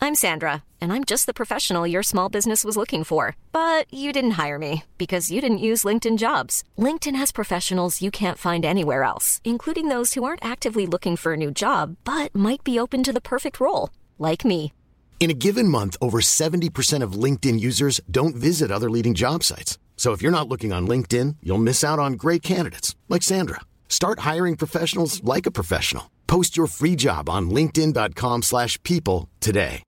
I'm Sandra, and I'm just the professional your small business was looking for. But you didn't hire me because you didn't use LinkedIn Jobs. LinkedIn has professionals you can't find anywhere else, including those who aren't actively looking for a new job, but might be open to the perfect role, like me. In a given month, over 70% of LinkedIn users don't visit other leading job sites. So if you're not looking on LinkedIn, you'll miss out on great candidates like Sandra. Start hiring professionals like a professional. Post your free job on linkedin.com/people today.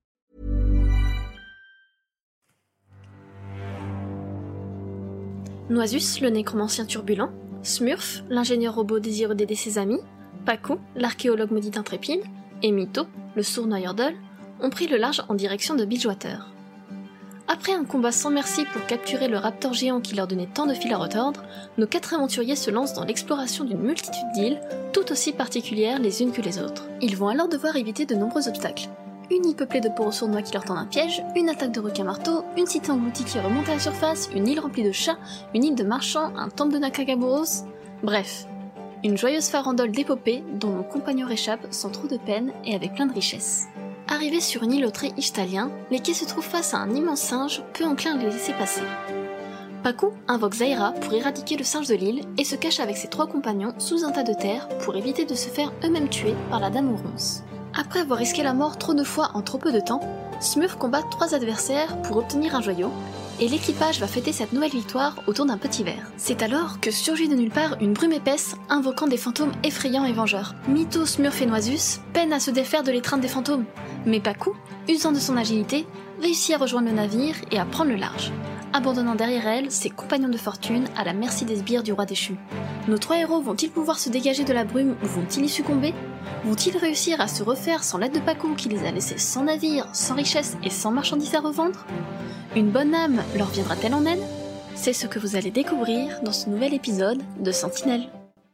Noisus, le nécromancien turbulent, Smurf, l'ingénieur robot désireux d'aider ses amis, Pacu, l'archéologue maudit intrépide, et Mytho, le sournois Yordle, ont pris le large en direction de Bilgewater. Après un combat sans merci pour capturer le raptor géant qui leur donnait tant de fil à retordre, nos 4 aventuriers se lancent dans l'exploration d'une multitude d'îles, tout aussi particulières les unes que les autres. Ils vont alors devoir éviter de nombreux obstacles. Une île peuplée de poros sournois qui leur tendent un piège, une attaque de requins-marteaux, une cité engloutie qui remonte à la surface, une île remplie de chats, une île de marchands, un temple de Nakagaboros... Bref, une joyeuse farandole d'épopées dont nos compagnons réchappent sans trop de peine et avec plein de richesses. Arrivés sur une île au trait ichtalien, les quais se trouvent face à un immense singe, peu enclin à les laisser passer. Pacu invoque Zaira pour éradiquer le singe de l'île et se cache avec ses 3 compagnons sous un tas de terre pour éviter de se faire eux-mêmes tuer par la dame aux ronces. Après avoir risqué la mort trop de fois en trop peu de temps, Smurf combat 3 adversaires pour obtenir un joyau, et l'équipage va fêter cette nouvelle victoire autour d'un petit verre. C'est alors que surgit de nulle part une brume épaisse invoquant des fantômes effrayants et vengeurs. Mytho, Smurf et Noisus peinent à se défaire de l'étreinte des fantômes, mais Pacu, usant de son agilité, réussit à rejoindre le navire et à prendre le large, abandonnant derrière elle ses compagnons de fortune à la merci des sbires du roi déchu. Nos 3 héros vont-ils pouvoir se dégager de la brume ou vont-ils y succomber ? Vont-ils réussir à se refaire sans l'aide de Pacu qui les a laissés sans navire, sans richesse et sans marchandises à revendre ? Une bonne âme leur viendra-t-elle en aide ? C'est ce que vous allez découvrir dans ce nouvel épisode de Sentinelle.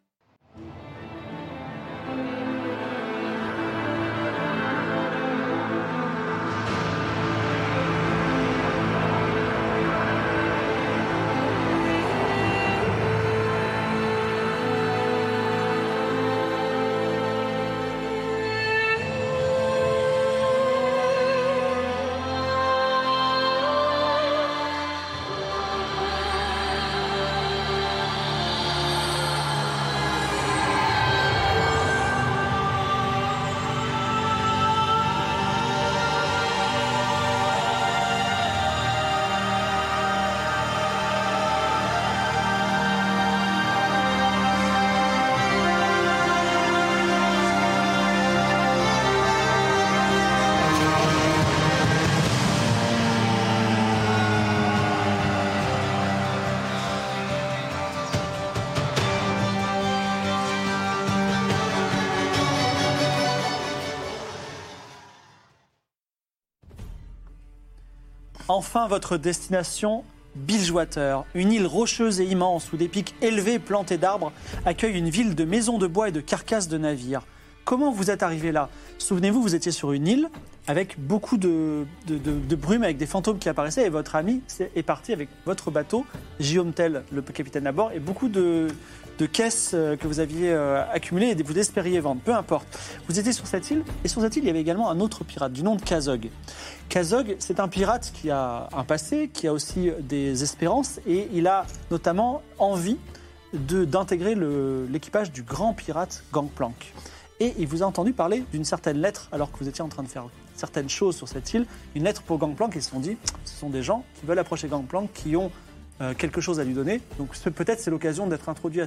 Enfin, votre destination, Bilgewater, une île rocheuse et immense où des pics élevés plantés d'arbres accueillent une ville de maisons de bois et de carcasses de navires. Comment vous êtes arrivé là ? Souvenez-vous, vous étiez sur une île avec beaucoup de brume, avec des fantômes qui apparaissaient et votre ami est parti avec votre bateau, Guillaume Tell, le capitaine à bord, et beaucoup de caisses que vous aviez accumulées et vous espériez vendre, peu importe. Vous étiez sur cette île, et sur cette île, il y avait également un autre pirate du nom de Kazog. Kazog, c'est un pirate qui a un passé, qui a aussi des espérances, et il a notamment envie d'intégrer l'équipage du grand pirate Gangplank. Et il vous a entendu parler d'une certaine lettre, alors que vous étiez en train de faire certaines choses sur cette île, une lettre pour Gangplank, et ils se sont dit, ce sont des gens qui veulent approcher Gangplank, qui ont quelque chose à lui donner. Donc peut-être c'est l'occasion d'être introduit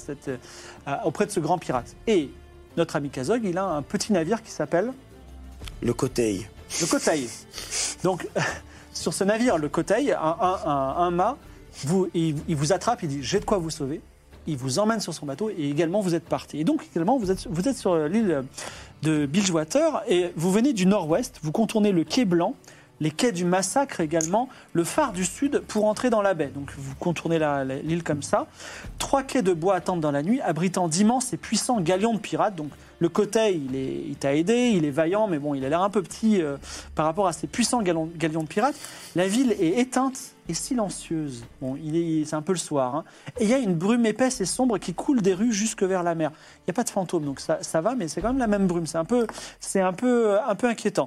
auprès de ce grand pirate. Et notre ami Kazog, il a un petit navire qui s'appelle... Le Koteil. Le Koteil. Donc sur ce navire, le Koteil, un mât, il vous attrape, il dit « j'ai de quoi vous sauver ». Il vous emmène sur son bateau et également vous êtes parti. Et donc également vous êtes sur l'île de Bilgewater et vous venez du nord-ouest, vous contournez le quai Blanc, les quais du Massacre également, le phare du sud pour entrer dans la baie. Donc vous contournez l'île comme ça. 3 quais de bois attendent dans la nuit, abritant d'immenses et puissants galions de pirates. Donc le Koteil, il t'a aidé, il est vaillant, mais bon, il a l'air un peu petit par rapport à ces puissants galions de pirates. La ville est éteinte et silencieuse. Bon, c'est un peu le soir. Hein. Et il y a une brume épaisse et sombre qui coule des rues jusque vers la mer. Il n'y a pas de fantômes, donc ça va, mais c'est quand même la même brume. C'est un peu inquiétant.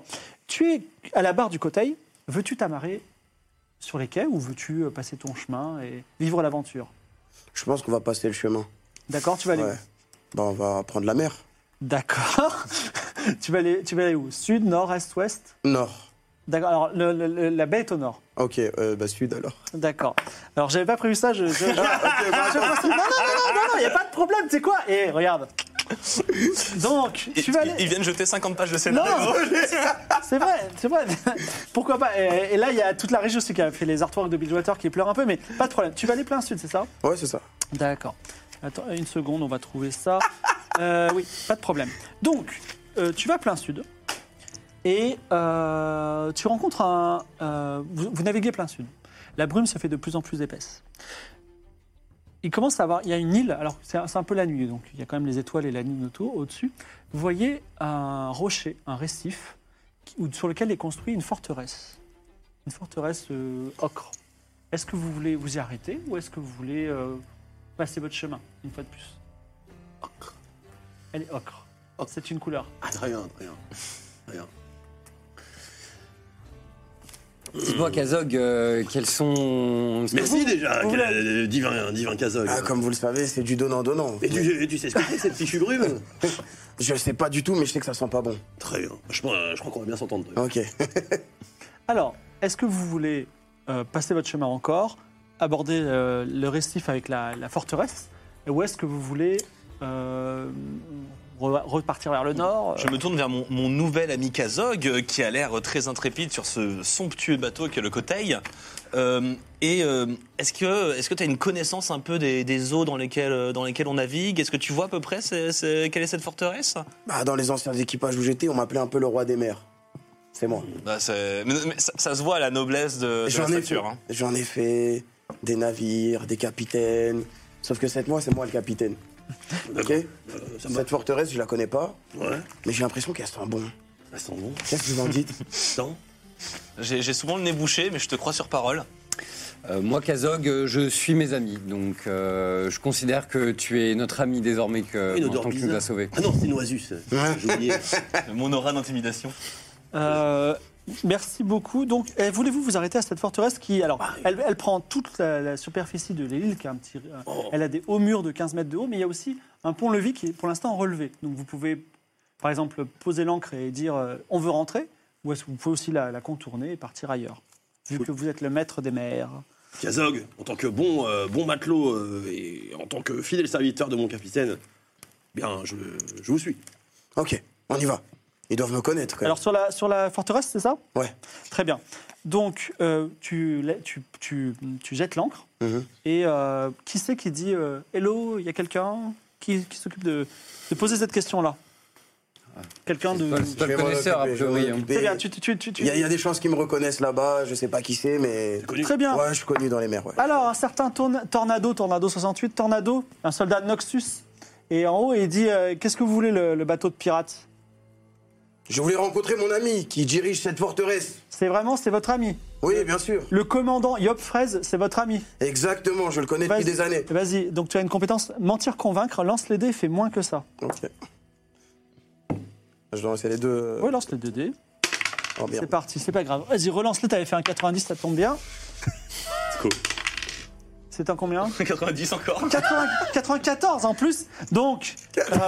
Tu es à la barre du Coteil. Veux-tu t'amarrer sur les quais ou veux-tu passer ton chemin et vivre l'aventure? Je pense qu'on va passer le chemin. D'accord, tu vas aller Ouais. On va prendre la mer. où? D'accord. tu vas aller où? Sud, nord, est, ouest? Nord. D'accord, alors la baie est au nord. Ok, sud alors. D'accord. Alors, j'avais pas prévu ça. Non, il n'y a pas de problème, tu sais quoi? Et regarde. Donc, tu vas aller. Ils viennent jeter 50 pages de scénario. Non, c'est vrai. Pourquoi pas? Et là, il y a toute la région aussi qui a fait les artworks de Bilgewater qui pleure un peu, mais pas de problème. Tu vas aller plein sud, c'est ça? Ouais, c'est ça. D'accord. Attends, une seconde, on va trouver ça. Oui, pas de problème. Donc, tu vas plein sud et tu rencontres vous naviguez plein sud. La brume se fait de plus en plus épaisse. Il commence à il y a une île, alors c'est un peu la nuit, donc il y a quand même les étoiles et la nuit au-dessus. Vous voyez un rocher, un récif, sur lequel est construite une forteresse. Une forteresse ocre. Est-ce que vous voulez vous y arrêter ou est-ce que vous voulez passer votre chemin, une fois de plus? Ocre. Elle est ocre. C'est une couleur. Ah, très bien. Dis-moi, Kazog, quels sont... Merci déjà, vous divin Kazog. Ah, comme vous le savez, c'est du donnant-donnant. Et tu sais ce que c'est, cette fichue brume? Je sais pas du tout, mais je sais que ça sent pas bon. Très bien. Je crois qu'on va bien s'entendre. Ok. Alors, est-ce que vous voulez passer votre chemin encore, aborder le récif avec la forteresse, ou est-ce que vous voulez repartir vers le nord? Je me tourne vers mon nouvel ami Kazog, qui a l'air très intrépide sur ce somptueux bateau qu'est le Coteil. Est-ce que tu as une connaissance un peu des eaux dans lesquelles on navigue? Est-ce que tu vois à peu près quelle est cette forteresse? Dans les anciens équipages où j'étais, on m'appelait un peu le roi des mers. C'est moi. Mais ça se voit à la noblesse de la stature. Hein. J'en ai fait des navires, des capitaines. Sauf que cette mois, c'est moi le capitaine. Ok. Cette forteresse, je la connais pas. Ouais. Mais j'ai l'impression qu'elle sent bon. Ça sent bon. Qu'est-ce que vous en dites? Non. J'ai souvent le nez bouché, mais je te crois sur parole. Moi, Kazog, je suis mes amis, donc je considère que tu es notre ami désormais que Une maintenant odeur que tu nous bizarre. as sauvés. Ah non, c'est Noisus. J'ai oublié. Mon aura d'intimidation. Merci beaucoup. Donc, voulez-vous vous arrêter à cette forteresse qui, alors, elle prend toute la superficie de l'île, qui est elle a des hauts murs de 15 mètres de haut, mais il y a aussi un pont-levis qui est pour l'instant relevé. Donc, vous pouvez, par exemple, poser l'ancre et dire on veut rentrer, ou est-ce que vous pouvez aussi la contourner et partir ailleurs, vu que vous êtes le maître des mers. Kazog, en tant que bon matelot et en tant que fidèle serviteur de mon capitaine, bien, je vous suis. Ok, on y va. Ils doivent me connaître. Quand même. Alors, sur la forteresse, c'est ça? Ouais. Très bien. Donc, tu jettes l'ancre. Et qui c'est qui dit hello, il y a quelqu'un qui s'occupe de poser cette question-là? Quelqu'un de. C'est pas le connaisseur, a priori. Hein. Très bien, Il y a des chances qu'ils me reconnaissent là-bas, je sais pas qui c'est, mais. Très bien. Ouais, je suis connu dans les mers, ouais. Alors, un certain Tornado 68, Tornado, un soldat de Noxus, est en haut et il dit qu'est-ce que vous voulez, le bateau de pirates? Je voulais rencontrer mon ami qui dirige cette forteresse. C'est votre ami? Oui, bien sûr. Le commandant Yop Fraise, c'est votre ami? Exactement, je le connais depuis des années. Vas-y, donc tu as une compétence mentir-convaincre, lance les dés, fais moins que ça. Ok. Je dois lancer les deux. Oui, lance les 2 dés. Oh, merde. C'est parti, c'est pas grave. Vas-y, relance-les, t'avais fait un 90, ça tombe bien. C'est cool. C'est un combien? 90 encore. 94 en plus. Donc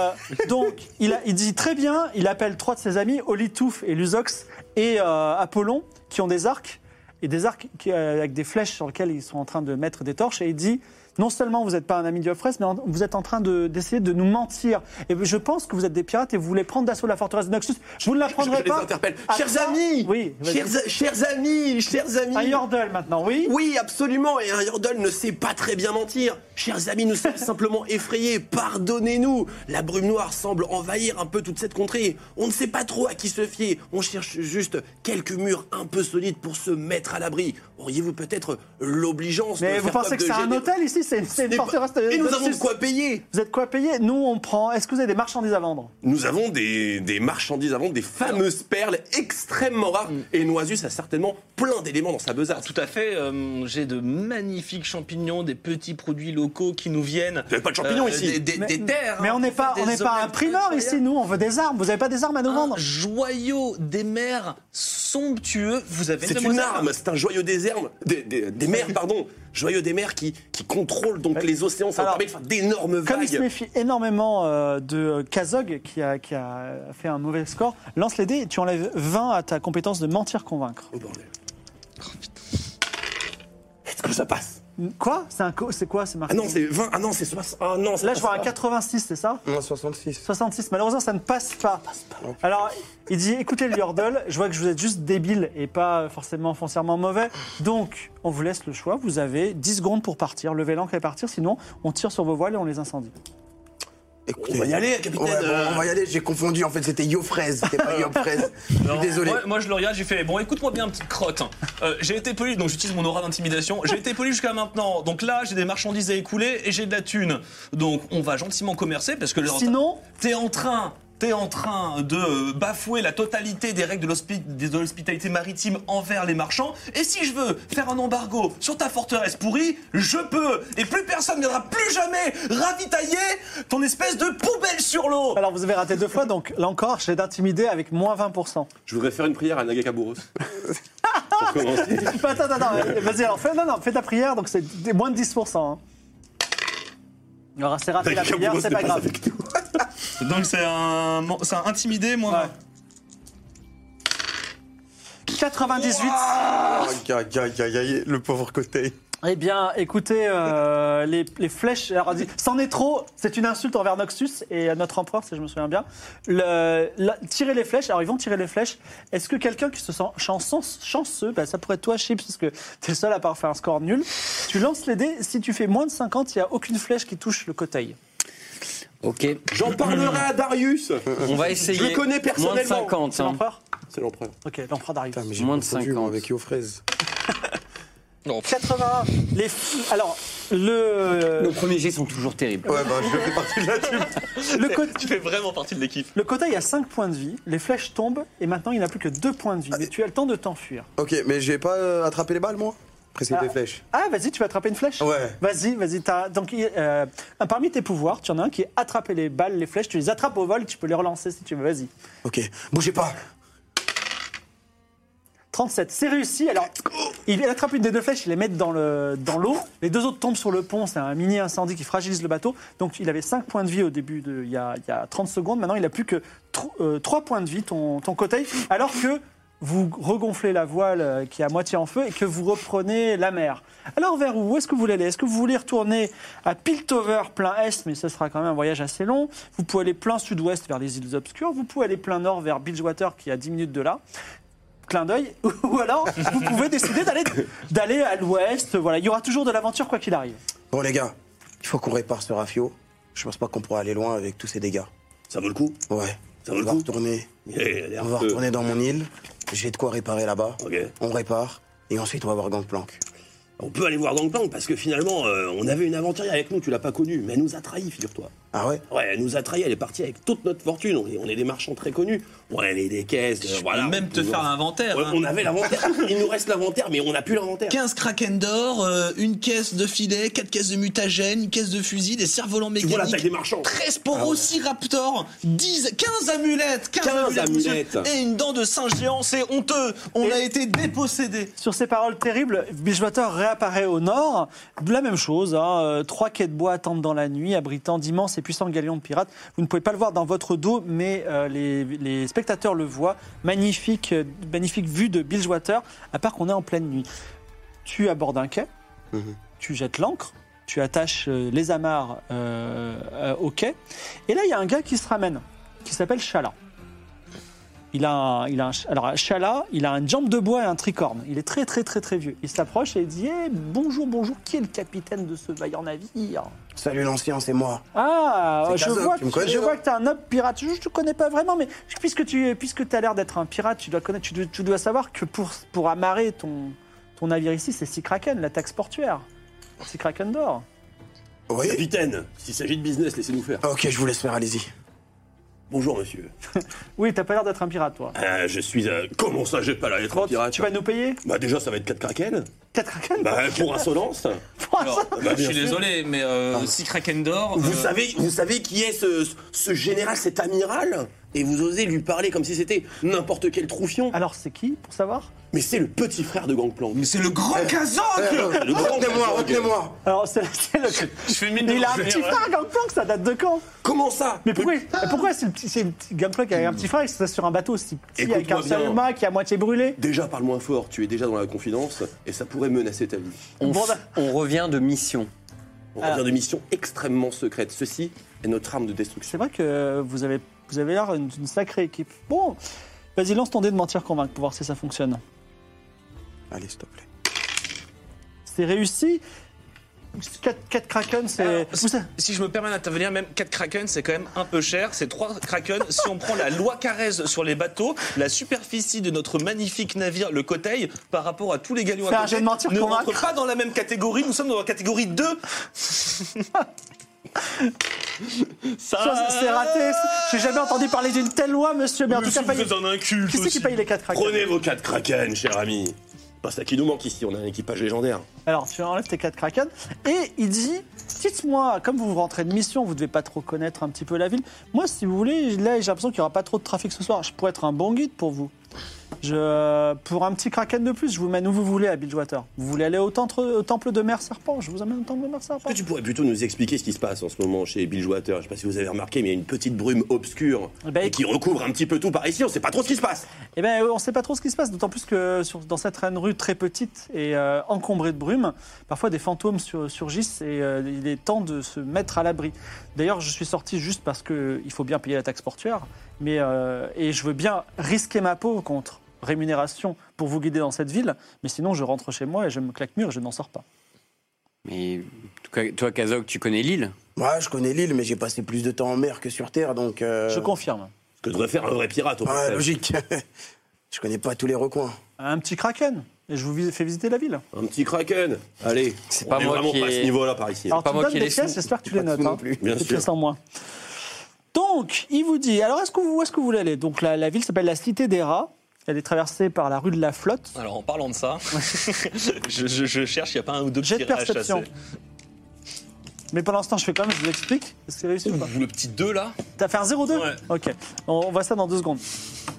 il dit très bien, il appelle 3 de ses amis, Olitouf et Luzox et Apollon, qui ont des arcs, avec des flèches sur lesquelles ils sont en train de mettre des torches, et il dit non seulement vous n'êtes pas un ami du Hofres, mais vous êtes en train d'essayer de nous mentir. Et je pense que vous êtes des pirates et vous voulez prendre d'assaut la forteresse de Noxus. Je vous ne la prendrai pas. Je les interpelle. À Chers part- amis. Oui, vas-y. Chers amis. Un Yordle maintenant, oui. Oui, absolument, et un Yordle ne sait pas très bien mentir. Chers amis, nous sommes simplement effrayés, pardonnez-nous. La brume noire semble envahir un peu toute cette contrée. On ne sait pas trop à qui se fier. On cherche juste quelques murs un peu solides pour se mettre à l'abri. Auriez-vous peut-être l'obligeance de Mais vous faire pensez preuve que de c'est un hôtel ici? c'est une forteresse de Et nous avons de Noxus. quoi payer. Vous êtes quoi payer? Nous, on prend. Est-ce que vous avez des marchandises à vendre? Nous avons des marchandises à vendre, des fameuses perles extrêmement rares. Et Noisus a certainement plein d'éléments dans sa besace. Tout à fait, j'ai de magnifiques champignons, des petits produits locaux qui nous viennent. Vous n'avez pas de champignons ici. Des terres. Mais on n'est pas, un primeur ici, nous. On veut des armes. Vous n'avez pas des armes à nous vendre? Un joyau des mers somptueux. Vous avez C'est une arme, c'est un joyau des mers, pardon. Joyau des mers qui contrôle donc les océans. Ça Alors, permet de faire d'énormes Comme il se vagues. méfie énormément de Kazog, qui a fait un mauvais score, lance les dés et tu enlèves 20 à ta compétence de mentir-convaincre. Oh bordel. Est-ce que ça passe? Quoi? C'est quoi? C'est marqué. Ah non, c'est 20. Ah non, c'est 60. Ah non, ça Là, je passe vois un pas. 86, c'est ça? Non, 66. 66. Malheureusement, ça ne passe pas. Alors, il dit, écoutez, le Yordle, je vois que vous êtes juste débile et pas forcément foncièrement mauvais. Donc, on vous laisse le choix. Vous avez 10 secondes pour partir. Levez l'ancre et partir. Sinon, on tire sur vos voiles et on les incendie. Écoutez, On va y aller, capitaine. Ouais, bon, on va y aller, j'ai confondu. En fait, c'était Yo Fraise, c'était pas Yo Fraise. Je suis désolé. Moi, je le regarde, j'ai fait bon, écoute-moi bien, petite crotte. J'ai été poli, donc j'utilise mon aura d'intimidation. J'ai été poli jusqu'à maintenant. Donc là, j'ai des marchandises à écouler et j'ai de la thune. Donc on va gentiment commercer parce que Sinon, t'es en train de bafouer la totalité des règles de l'hospitalité maritime envers les marchands. Et si je veux faire un embargo sur ta forteresse pourrie, je peux. Et plus personne ne viendra plus jamais ravitailler ton espèce de poubelle sur l'eau. alors vous avez raté 2 fois, donc là encore, j'ai d'intimider avec moins 20%. Je voudrais faire une prière à Nagakabouros. Pour commencer. Attends, vas-y, alors fais ta prière, donc c'est moins de 10%. Hein. Alors, c'est raté la prière, Nagakabouros c'est n'est pas grave. avec nous. Donc c'est un intimidé, moi. Ouais. 98. Aïe, le pauvre côté. Eh bien, écoutez, les flèches. Alors, c'en est trop. C'est une insulte envers Noxus et notre empereur, si je me souviens bien. Tirer les flèches. Alors, ils vont tirer les flèches. Est-ce que quelqu'un qui se sent chanceux, bah, ça pourrait être toi, Chips, parce que t'es le seul à pas faire un score nul. Tu lances les dés. Si tu fais moins de 50, il n'y a aucune flèche qui touche le coteil. Ok. J'en parlerai à Darius. On va essayer. Je le connais Moins de personnellement. 50. C'est hein. l'empereur? C'est l'empereur. Ok, l'empereur d'arrive. Putain, mais j'ai Moins de confondu, 50. moi, avec Yo Fraise. 81. Alors, le Nos premiers jets sont toujours terribles. Ouais, bah, je fais partie de la team. Tu fais vraiment partie de l'équipe. Le coteil a 5 points de vie. Les flèches tombent et maintenant il n'a plus que 2 points de vie. Mais tu as le temps de t'enfuir. Ok, mais je vais pas attraper les balles, moi? Après, c'est des flèches. Ah, vas-y, tu vas attraper une flèche? Ouais. Vas-y. Donc, parmi tes pouvoirs, tu en as un qui est attraper les balles, les flèches. Tu les attrapes au vol, tu peux les relancer si tu veux. Vas-y. Ok, bougez pas. 37, c'est réussi. Alors, il attrape une des 2 flèches, il les met dans l'eau. Les 2 autres tombent sur le pont. C'est un mini incendie qui fragilise le bateau. Donc, il avait 5 points de vie au début, il y a 30 secondes. Maintenant, il n'a plus que 3 points de vie, ton coteil. Alors que vous regonflez la voile qui est à moitié en feu et que vous reprenez la mer. Alors, vers où est-ce que vous voulez aller? Est-ce que vous voulez retourner à Piltover, plein est, mais ce sera quand même un voyage assez long. Vous pouvez aller plein sud-ouest vers les îles obscures. Vous pouvez aller plein nord vers Bilgewater, qui est à 10 minutes de là. Clin d'œil. Ou alors, vous pouvez décider d'aller à l'ouest. Voilà, il y aura toujours de l'aventure, quoi qu'il arrive. Bon, les gars, il faut qu'on répare ce rafio. Je pense pas qu'on pourra aller loin avec tous ces dégâts. Ça vaut le coup. Ouais. Ça vaut On le va coup. retourner. Eh, On va retourner dans mon île. J'ai de quoi réparer là-bas. Ok. On répare. Et ensuite, on va voir Gangplank. On peut aller voir Gangplank parce que finalement, on avait une aventurière avec nous, tu l'as pas connue, mais elle nous a trahis, figure-toi. Ah ouais? Ouais, elle nous a trahis, elle est partie avec toute notre fortune. On est des marchands très connus. On avait des caisses, Je voilà. peux même te faire un inventaire. Ouais, hein. on avait l'inventaire. Il nous reste l'inventaire, mais on n'a plus l'inventaire. 15 kraken d'or, une caisse de filet, 4 caisses de mutagène, une caisse de fusil, des cerfs-volants Tu mécaniques. vois la taille des marchands. 13 porociraptors, 15 amulettes, 15 amulettes. monsieur, et une dent de singe géant, c'est honteux. On a été dépossédés. Sur ces paroles terribles, Bilgewater réapparaît au nord. La même chose, 3 quais de bois attendent dans la nuit, abritant d'immenses et puissants galions de pirates. Vous ne pouvez pas le voir dans votre dos, mais les spectateurs le voient. Magnifique vue de Bilgewater, à part qu'on est en pleine nuit. Tu abordes un quai, tu jettes l'ancre, tu attaches les amarres au quai, et là il y a un gars qui se ramène, qui s'appelle Shala. Alors Shala, il a une jambe de bois et un tricorne. Il est très très très très vieux. Il s'approche et il dit bonjour, qui est le capitaine de ce vaillant navire? Salut l'ancien, c'est moi. Ah, C'est je Kazok, vois tu me connais, non que tu es un noble pirate. Je ne te connais pas vraiment, mais puisque tu as l'air d'être un pirate, tu dois savoir que pour amarrer ton navire ici, c'est 6 kraken, la taxe portuaire. 6 kraken d'or. Oui. Capitaine, s'il s'agit de business, laissez-nous faire. Ok, je vous laisse faire, allez-y. Bonjour, monsieur. Oui, t'as pas l'air d'être un pirate, toi. Je suis... comment ça, j'ai pas l'air d'être Bon, un pirate? tu vas nous payer Bah déjà, ça va être 4 kraken. 4 kraken Pour insolence. Alors, Bah, je bien suis sûr. désolé, mais si Kraken d'or. Vous savez qui est ce général, cet amiral? Et vous osez lui parler comme si c'était n'importe quel troufion? Alors, c'est qui, pour savoir? Mais c'est le petit frère de Gangplank. Mais c'est le grand Kazog. Le grand Retenez-moi, Kazog. retenez-moi. Alors, c'est le... Je fais mine de Mais il a un revenir, petit ouais. frère, Gangplank, ça date de quand? Comment ça? Mais pourquoi c'est le petit Gangplank avec un petit frère et c'est sur un bateau si petit avec un Écoute-moi bien. seul mât qui est à moitié brûlé? Déjà, parle moins fort, tu es déjà dans la confidence, et ça pourrait menacer ta vie. On revient de mission. On Alors- revient de mission extrêmement secrète. Ceci est notre arme de destruction. C'est vrai que vous avez l'air d'une sacrée équipe. Bon, vas-y, lance ton dé de mentir convaincre pour voir si ça fonctionne. Allez, s'il te plaît. C'est réussi. 4 kraken, c'est... Alors, Vous savez- Si je me permets d'intervenir, même 4 Kraken, c'est quand même un peu cher. C'est 3 Kraken. Si on prend la loi Carrez sur les bateaux, la superficie de notre magnifique navire, le Coteil, par rapport à tous les galions Fais un à jet côté, de mentir ne convaincre. rentre pas dans la même catégorie. Nous sommes dans la catégorie 2. Ça, C'est raté. J'ai jamais entendu parler d'une telle loi, monsieur. Mais en tout cas, Vous payez... êtes un inculte Qui c'est qui aussi. paye les 4 kraken? Prenez vos 4 kraken, cher ami. Pas ça qui nous manque ici, on a un équipage légendaire. Alors, tu enlèves tes 4 kraken. Et il dit, dites-moi, comme vous rentrez de mission, vous devez pas trop connaître un petit peu la ville. Moi, si vous voulez, là, j'ai l'impression qu'il n'y aura pas trop de trafic ce soir. Je pourrais être un bon guide pour vous. Pour un petit kraken de plus, je vous mène où vous voulez à Bilgewater. Vous voulez aller au temple de Mère Serpent? Je vous amène au temple de Mère Serpent. Est-ce que tu pourrais plutôt nous expliquer ce qui se passe en ce moment chez Bilgewater? Je sais pas si vous avez remarqué, mais il y a une petite brume obscure Eh ben, et qui recouvre un petit peu tout par ici. On sait pas trop ce qui se passe. Eh bien, on ne sait pas trop ce qui se passe, d'autant plus que dans cette rue très petite et encombrée de brume, parfois des fantômes surgissent et il est temps de se mettre à l'abri. D'ailleurs, je suis sorti juste parce qu'il faut bien payer la taxe portuaire, et je veux bien risquer ma peau contre rémunération pour vous guider dans cette ville, mais sinon je rentre chez moi et je me claque mur et je n'en sors pas. Mais toi, Kazog, tu connais l'île? Moi, je connais l'île, mais j'ai passé plus de temps en mer que sur Terre, donc... Je confirme. Ce que devrait faire un vrai pirate au Ouais, passage. logique. Je connais pas tous les recoins. Un petit kraken, et je vous fais visiter la ville. Un petit kraken. Allez, C'est on pas est moi vraiment qui pas à ce ai- niveau-là par ici. Alors pas tu moi donnes qui ai des les pièces, sous. j'espère que tu Pas les de notes. sous non Hein. plus. Bien Des sûr. pièces en moins. Donc, il vous dit, alors où est-ce que vous voulez aller? Donc la ville s'appelle la Cité des Rats. Elle est traversée par la rue de la Flotte. Alors en parlant de ça, je cherche, il n'y a pas un ou deux Jet petits de rats à perception. chasser. Mais pendant ce temps, je fais quand même, je vous explique. Est-ce que c'est réussi ou pas? Ou le petit 2 là. T'as fait un 0,2? Ouais. Ok, on voit ça dans 2 secondes.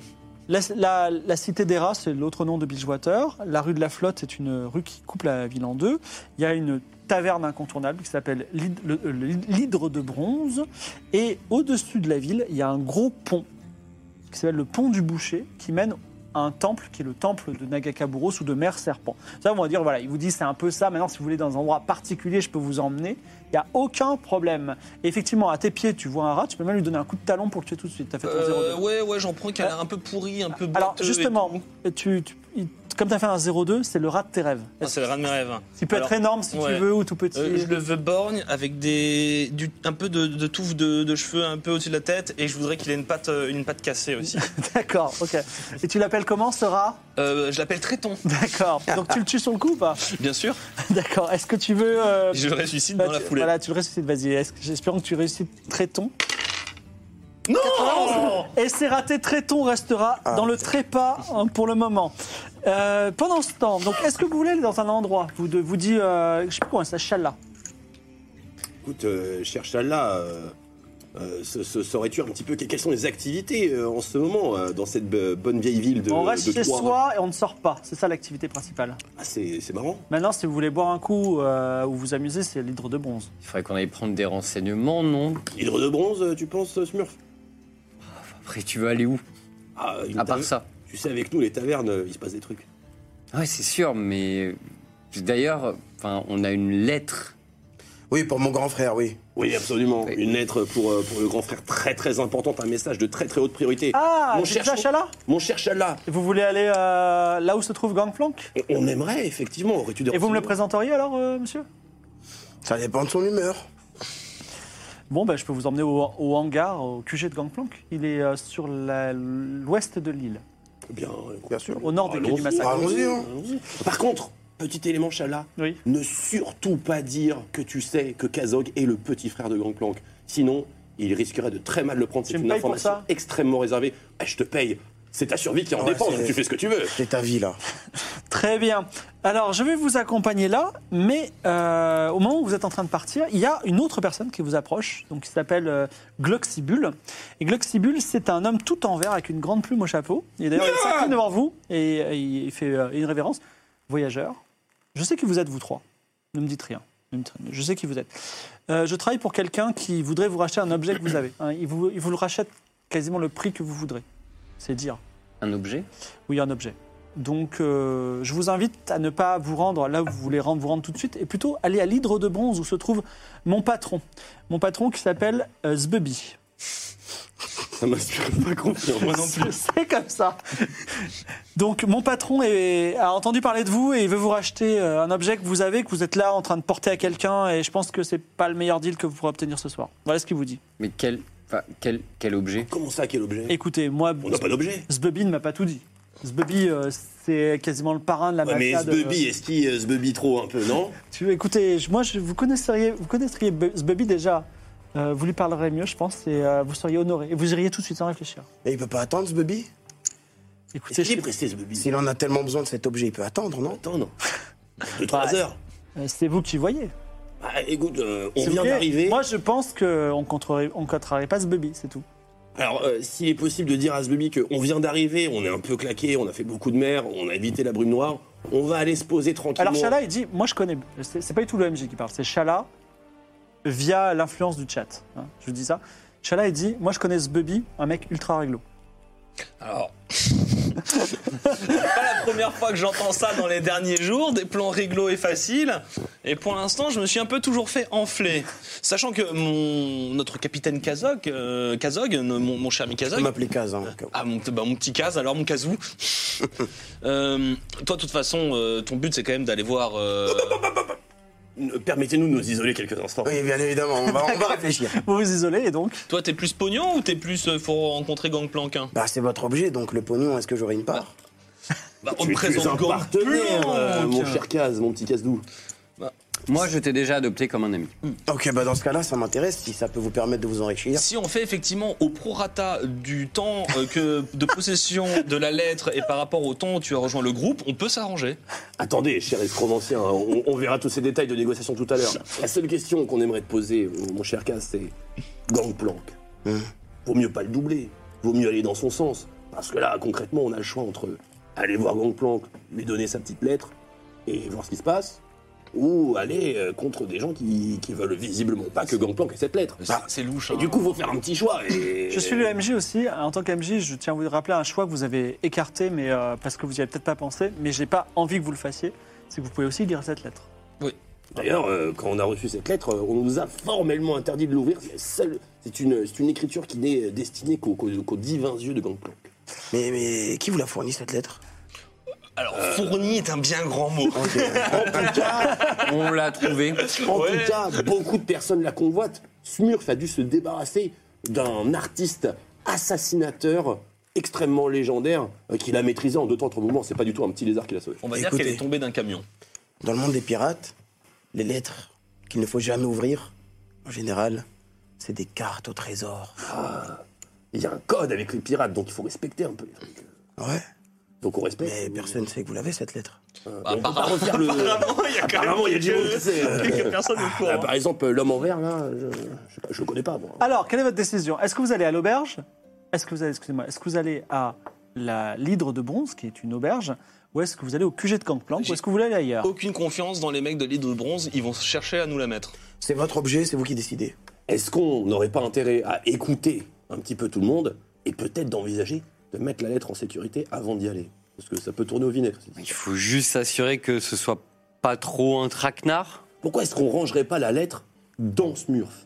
La Cité des Rats, c'est l'autre nom de Bilgewater. La rue de la Flotte, c'est une rue qui coupe la ville en deux. Il y a une taverne incontournable qui s'appelle l'Hydre de Bronze. Et au-dessus de la ville, il y a un gros pont qui s'appelle le pont du Boucher, qui mène à un temple qui est le temple de Nagakaburos ou de Mère Serpent. Ça, on va dire, voilà, il vous dit c'est un peu ça. Maintenant, si vous voulez dans un endroit particulier, je peux vous emmener. Il n'y a aucun problème. Et effectivement, à tes pieds, tu vois un rat, tu peux même lui donner un coup de talon pour le tuer tout de suite. T'as fait ton 0,2. Ouais, j'en prends qui a l'air un peu pourri, un peu boiteux. Alors, justement, et tout. comme tu as fait un 0,2, c'est le rat de tes rêves. Ah, c'est le rat de mes rêves. Il peut Alors, être énorme si tu ouais. veux ou tout petit. Je le veux borgne avec un peu de touffe de cheveux un peu au-dessus de la tête et je voudrais qu'il ait une patte cassée aussi. D'accord, ok. Et tu l'appelles comment ce rat? Je l'appelle Tréton, D'accord. Donc tu le tues sur le coup ou pas? bien sûr. D'accord. Est-ce que tu veux. Je le ressuscite dans la foulée. Voilà, tu le ressuscites, vas-y. J'espère que tu réussis Tréton. Non. Et c'est raté, Tréton restera dans le trépas pour le moment. Pendant ce temps, donc est-ce que vous voulez aller dans un endroit? Vous dit, je sais plus comment ça, Chala. Écoute, cher Chala, saurais-tu un petit peu quelles sont les activités en ce moment dans cette bonne vieille ville de On reste de chez Troyes? soi et on ne sort pas. C'est ça l'activité principale. Ah, c'est marrant. Maintenant, si vous voulez boire un coup ou vous amuser, c'est l'hydre de bronze. Il faudrait qu'on aille prendre des renseignements, non? Hydre de bronze, tu penses, Smurf? Après, tu veux aller où? Une À part taverne. ça. Tu sais, avec nous, les tavernes, il se passe des trucs. Ouais, c'est sûr, mais d'ailleurs, on a une lettre. Oui, pour mon grand frère, oui. Oui, absolument. Oui. Une lettre pour le grand frère très très importante, un message de très très haute priorité. Ah, Mon c'est cher déjà Ch- Chala? Mon cher Chala, Et vous voulez aller là où se trouve Gangplank? on aimerait effectivement, aurais-tu des Et vous me le renseignements? présenteriez alors, monsieur? Ça dépend de son humeur. Bon, ben, je peux vous emmener au hangar, au QG de Gangplank. Il est sur l'ouest de l'île. Bien, Bien sûr. Au nord des quais du allons-y, massacre. Allons-y, hein. allons-y. Par contre, petit élément, Chala. Oui. Ne surtout pas dire que tu sais que Kazog est le petit frère de Gangplank. Sinon, il risquerait de très mal le prendre. C'est Tu me une payes pour information ça extrêmement réservée. Eh, je te paye. C'est ta survie qui en Ouais, dépend, c'est- donc tu fais ce que tu veux. C'est ta vie, là. Très bien. Alors, je vais vous accompagner là, mais au moment où vous êtes en train de partir, il y a une autre personne qui vous approche, donc qui s'appelle Gloxibule. Et Gloxibule, c'est un homme tout en vert avec une grande plume au chapeau. Et d'ailleurs, il s'incline devant vous et il fait une révérence. Voyageur, je sais qui vous êtes, vous trois. Ne me dites rien. Je sais qui vous êtes. Je travaille pour quelqu'un qui voudrait vous racheter un objet que vous avez. Hein, il vous le rachète quasiment le prix que vous voudrez. C'est dire. Un objet? Oui, un objet. Donc, je vous invite à ne pas vous rendre là où vous voulez vous rendre tout de suite, et plutôt aller à l'Hydre de Bronze où se trouve mon patron. Mon patron qui s'appelle Zbubi. Ça m'inspire pas confiance. Moi non plus. C'est comme ça. Donc, mon patron a entendu parler de vous et il veut vous racheter un objet que vous avez, que vous êtes là en train de porter à quelqu'un, et je pense que c'est pas le meilleur deal que vous pourrez obtenir ce soir. Voilà ce qu'il vous dit. Mais quel objet? Comment ça, quel objet? Écoutez, moi, On n'a pas d'objet. Zbubi ne m'a pas tout dit. Zbubi, c'est quasiment le parrain de la Ouais, mais mafia. Zbubi, est-ce qu'il Zbubi trop un peu, non? Écoutez, vous connaisseriez Zbubi déjà. Vous lui parlerez mieux, je pense, et vous seriez honoré. Et vous iriez tout de suite sans réfléchir. Et il peut pas attendre, ce Bubby? Écoutez, Est-ce qu'il est pressé, Zbubi? S'il en a tellement besoin de cet objet, il peut attendre, non? Attends, non. 2-3 heures. c'est vous qui voyez. Ah, écoute, on C'est vient ok. d'arriver. Moi, je pense qu'on ne contrarierait pas Zbubi, c'est tout. Alors, s'il est possible de dire à Zbubi qu'on vient d'arriver, on est un peu claqué, on a fait beaucoup de mer, on a évité la brume noire, on va aller se poser tranquillement. Alors, Shala, il dit, moi, je connais. C'est pas du tout le MJ qui parle, c'est Shala via l'influence du chat. Hein, je vous dis ça. Shala, il dit, moi, je connais Zbubi, un mec ultra réglo. Alors, c'est pas la première fois que j'entends ça dans les derniers jours, des plans réglo et faciles. Et pour l'instant, je me suis un peu toujours fait enfler. Sachant que notre capitaine Kazog, mon cher ami Tu peux Kazog, m'appeler Kaz, hein. mon petit Kaz, alors mon Kazoo. Toi, de toute façon, ton but c'est quand même d'aller voir. Permettez-nous de nous isoler quelques instants. Oui, bien évidemment, on va réfléchir. Vous vous isolez, et donc Toi, t'es plus pognon ou t'es plus faut rencontrer Gangplank, hein? Bah, c'est votre objet, donc le pognon, est-ce que j'aurai une part? Bah, on Tu te es un présente partenaire, Gangplank. mon cher Kaz, mon petit Kazou. Moi, je t'ai déjà adopté comme un ami. Ok, bah dans ce cas-là, ça m'intéresse, si ça peut vous permettre de vous enrichir. Si on fait effectivement au prorata du temps que de possession de la lettre et par rapport au temps où tu as rejoint le groupe, on peut s'arranger. Attendez, cher escromancien, on verra tous ces détails de négociation tout à l'heure. La seule question qu'on aimerait te poser, mon cher Kaz, c'est Gangplank. Vaut mieux pas le doubler, vaut mieux aller dans son sens. Parce que là, concrètement, on a le choix entre aller voir Gangplank, lui donner sa petite lettre et voir ce qui se passe, ou aller contre des gens qui veulent visiblement pas que Gangplank ait cette lettre. C'est louche. Et Hein. du coup, faut faire un petit choix. Et... Je suis le MJ aussi. En tant qu'MJ, je tiens à vous rappeler un choix que vous avez écarté, mais parce que vous n'y avez peut-être pas pensé, mais j'ai pas envie que vous le fassiez. C'est que vous pouvez aussi lire cette lettre. D'ailleurs, quand on a reçu cette lettre, on nous a formellement interdit de l'ouvrir. C'est une écriture qui n'est destinée qu'aux divins yeux de Gangplank. Mais qui vous l'a fourni, cette lettre? Alors, fourni est un bien grand mot. En tout cas, On l'a trouvé. beaucoup de personnes la convoitent. Smurf a dû se débarrasser d'un artiste assassinateur extrêmement légendaire qu'il a maîtrisé en 2 temps 3 mouvements. C'est pas du tout un petit lézard qui l'a sauvé. On va dire Écoutez. qu'elle est tombée d'un camion. Dans le monde des pirates, les lettres qu'il ne faut jamais ouvrir, en général, c'est des cartes au trésor. Il y a un code avec les pirates, donc il faut respecter un peu les trucs. Ouais, Donc on respecte. mais personne ne sait que vous l'avez, cette lettre. On peut pas refaire le... Apparemment, il y a quand même Apparemment, il y a du monde qui sait. quelques personnes au courant. Par exemple, l'homme en vert, là, je sais pas, je le connais pas, moi. Alors, quelle est votre décision? Est-ce que vous allez à l'auberge? Est-ce que vous allez à l'Hydre de Bronze, qui est une auberge? Ou est-ce que vous allez au QG de Gangplank? Ou est-ce que vous voulez aller ailleurs? Aucune confiance dans les mecs de l'île de bronze, ils vont chercher à nous la mettre. C'est votre objet, c'est vous qui décidez. Est-ce qu'on n'aurait pas intérêt à écouter un petit peu tout le monde et peut-être d'envisager de mettre la lettre en sécurité avant d'y aller? Parce que ça peut tourner au vinaigre. Il faut juste s'assurer que ce soit pas trop un traquenard. Pourquoi est-ce qu'on rangerait pas la lettre dans Smurf?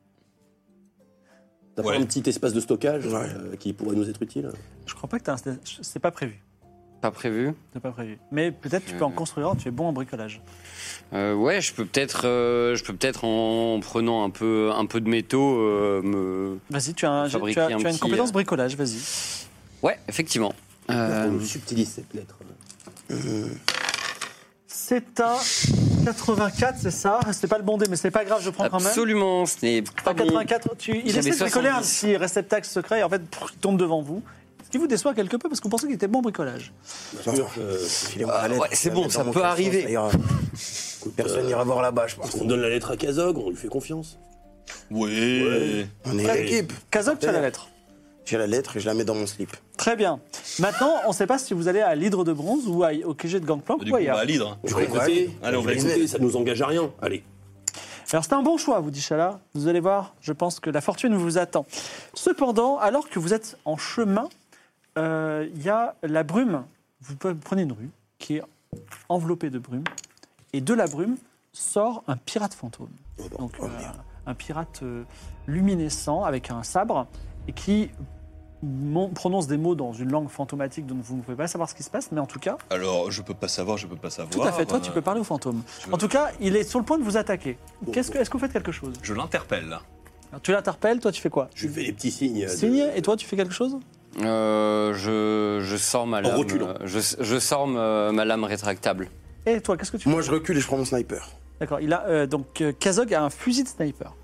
T'as pas Ouais. un petit espace de stockage qui pourrait nous être utile? Je crois pas que c'est pas prévu. Pas prévu. C'est pas prévu. Mais peut-être tu peux en construire un, tu es bon en bricolage. Ouais, je peux peut-être en prenant un peu de métaux me. Vas-y, tu as Fabriquer un une petit, compétence bricolage, vas-y. Ouais, effectivement. On subtilise cette lettre. C'est un 84, c'est ça. C'était pas le bon dé, mais c'est pas grave, je prends quand même. Absolument, ce n'est pas Un bon. 84, il J'avais essaie de bricoler un 70. petit réceptacle secret et en fait, il tombe devant vous. Ce qui vous déçoit quelque peu parce que vous pensez qu'il était bon bricolage. Filez-moi la lettre, ouais, c'est je vais bon, la mettre ça dans mon peut caleçon, arriver. ça ira. Personne n'ira voir là-bas, je pense. On donne la lettre à Kazog, on lui fait confiance. Oui. On est l'équipe. Kazok, tu as la lettre. J'ai la lettre et je la mets dans mon slip. Très bien. Maintenant, on ne sait pas si vous allez à l'Hydre de Bronze ou au QG de Gangplank Du ou coup, on ailleurs. va à l'hydre. On va écouter. Allez, on va écouter, ça nous engage à rien. Allez. Alors c'est un bon choix, vous dit Chala. Vous allez voir, je pense que la fortune vous attend. Cependant, alors que vous êtes en chemin, il y a la brume. Vous prenez une rue qui est enveloppée de brume. Et de la brume sort un pirate fantôme. Donc un pirate luminescent avec un sabre et qui prononce des mots dans une langue fantomatique dont vous ne pouvez pas savoir ce qui se passe, mais en tout cas, Alors, je peux pas savoir. tout à fait, toi tu peux parler au fantôme. En tout cas, il est sur le point de vous attaquer. Est-ce que vous faites quelque chose? Je l'interpelle, là. Alors, tu l'interpelles, toi tu fais quoi? Je lui fais des petits signes. Signe, et toi tu fais quelque chose? Je sors ma lame. reculant. Je sors ma lame rétractable. Et toi, qu'est-ce que tu fais? Moi, je recule et je prends mon sniper. D'accord, il a donc Kazog a un fusil de sniper.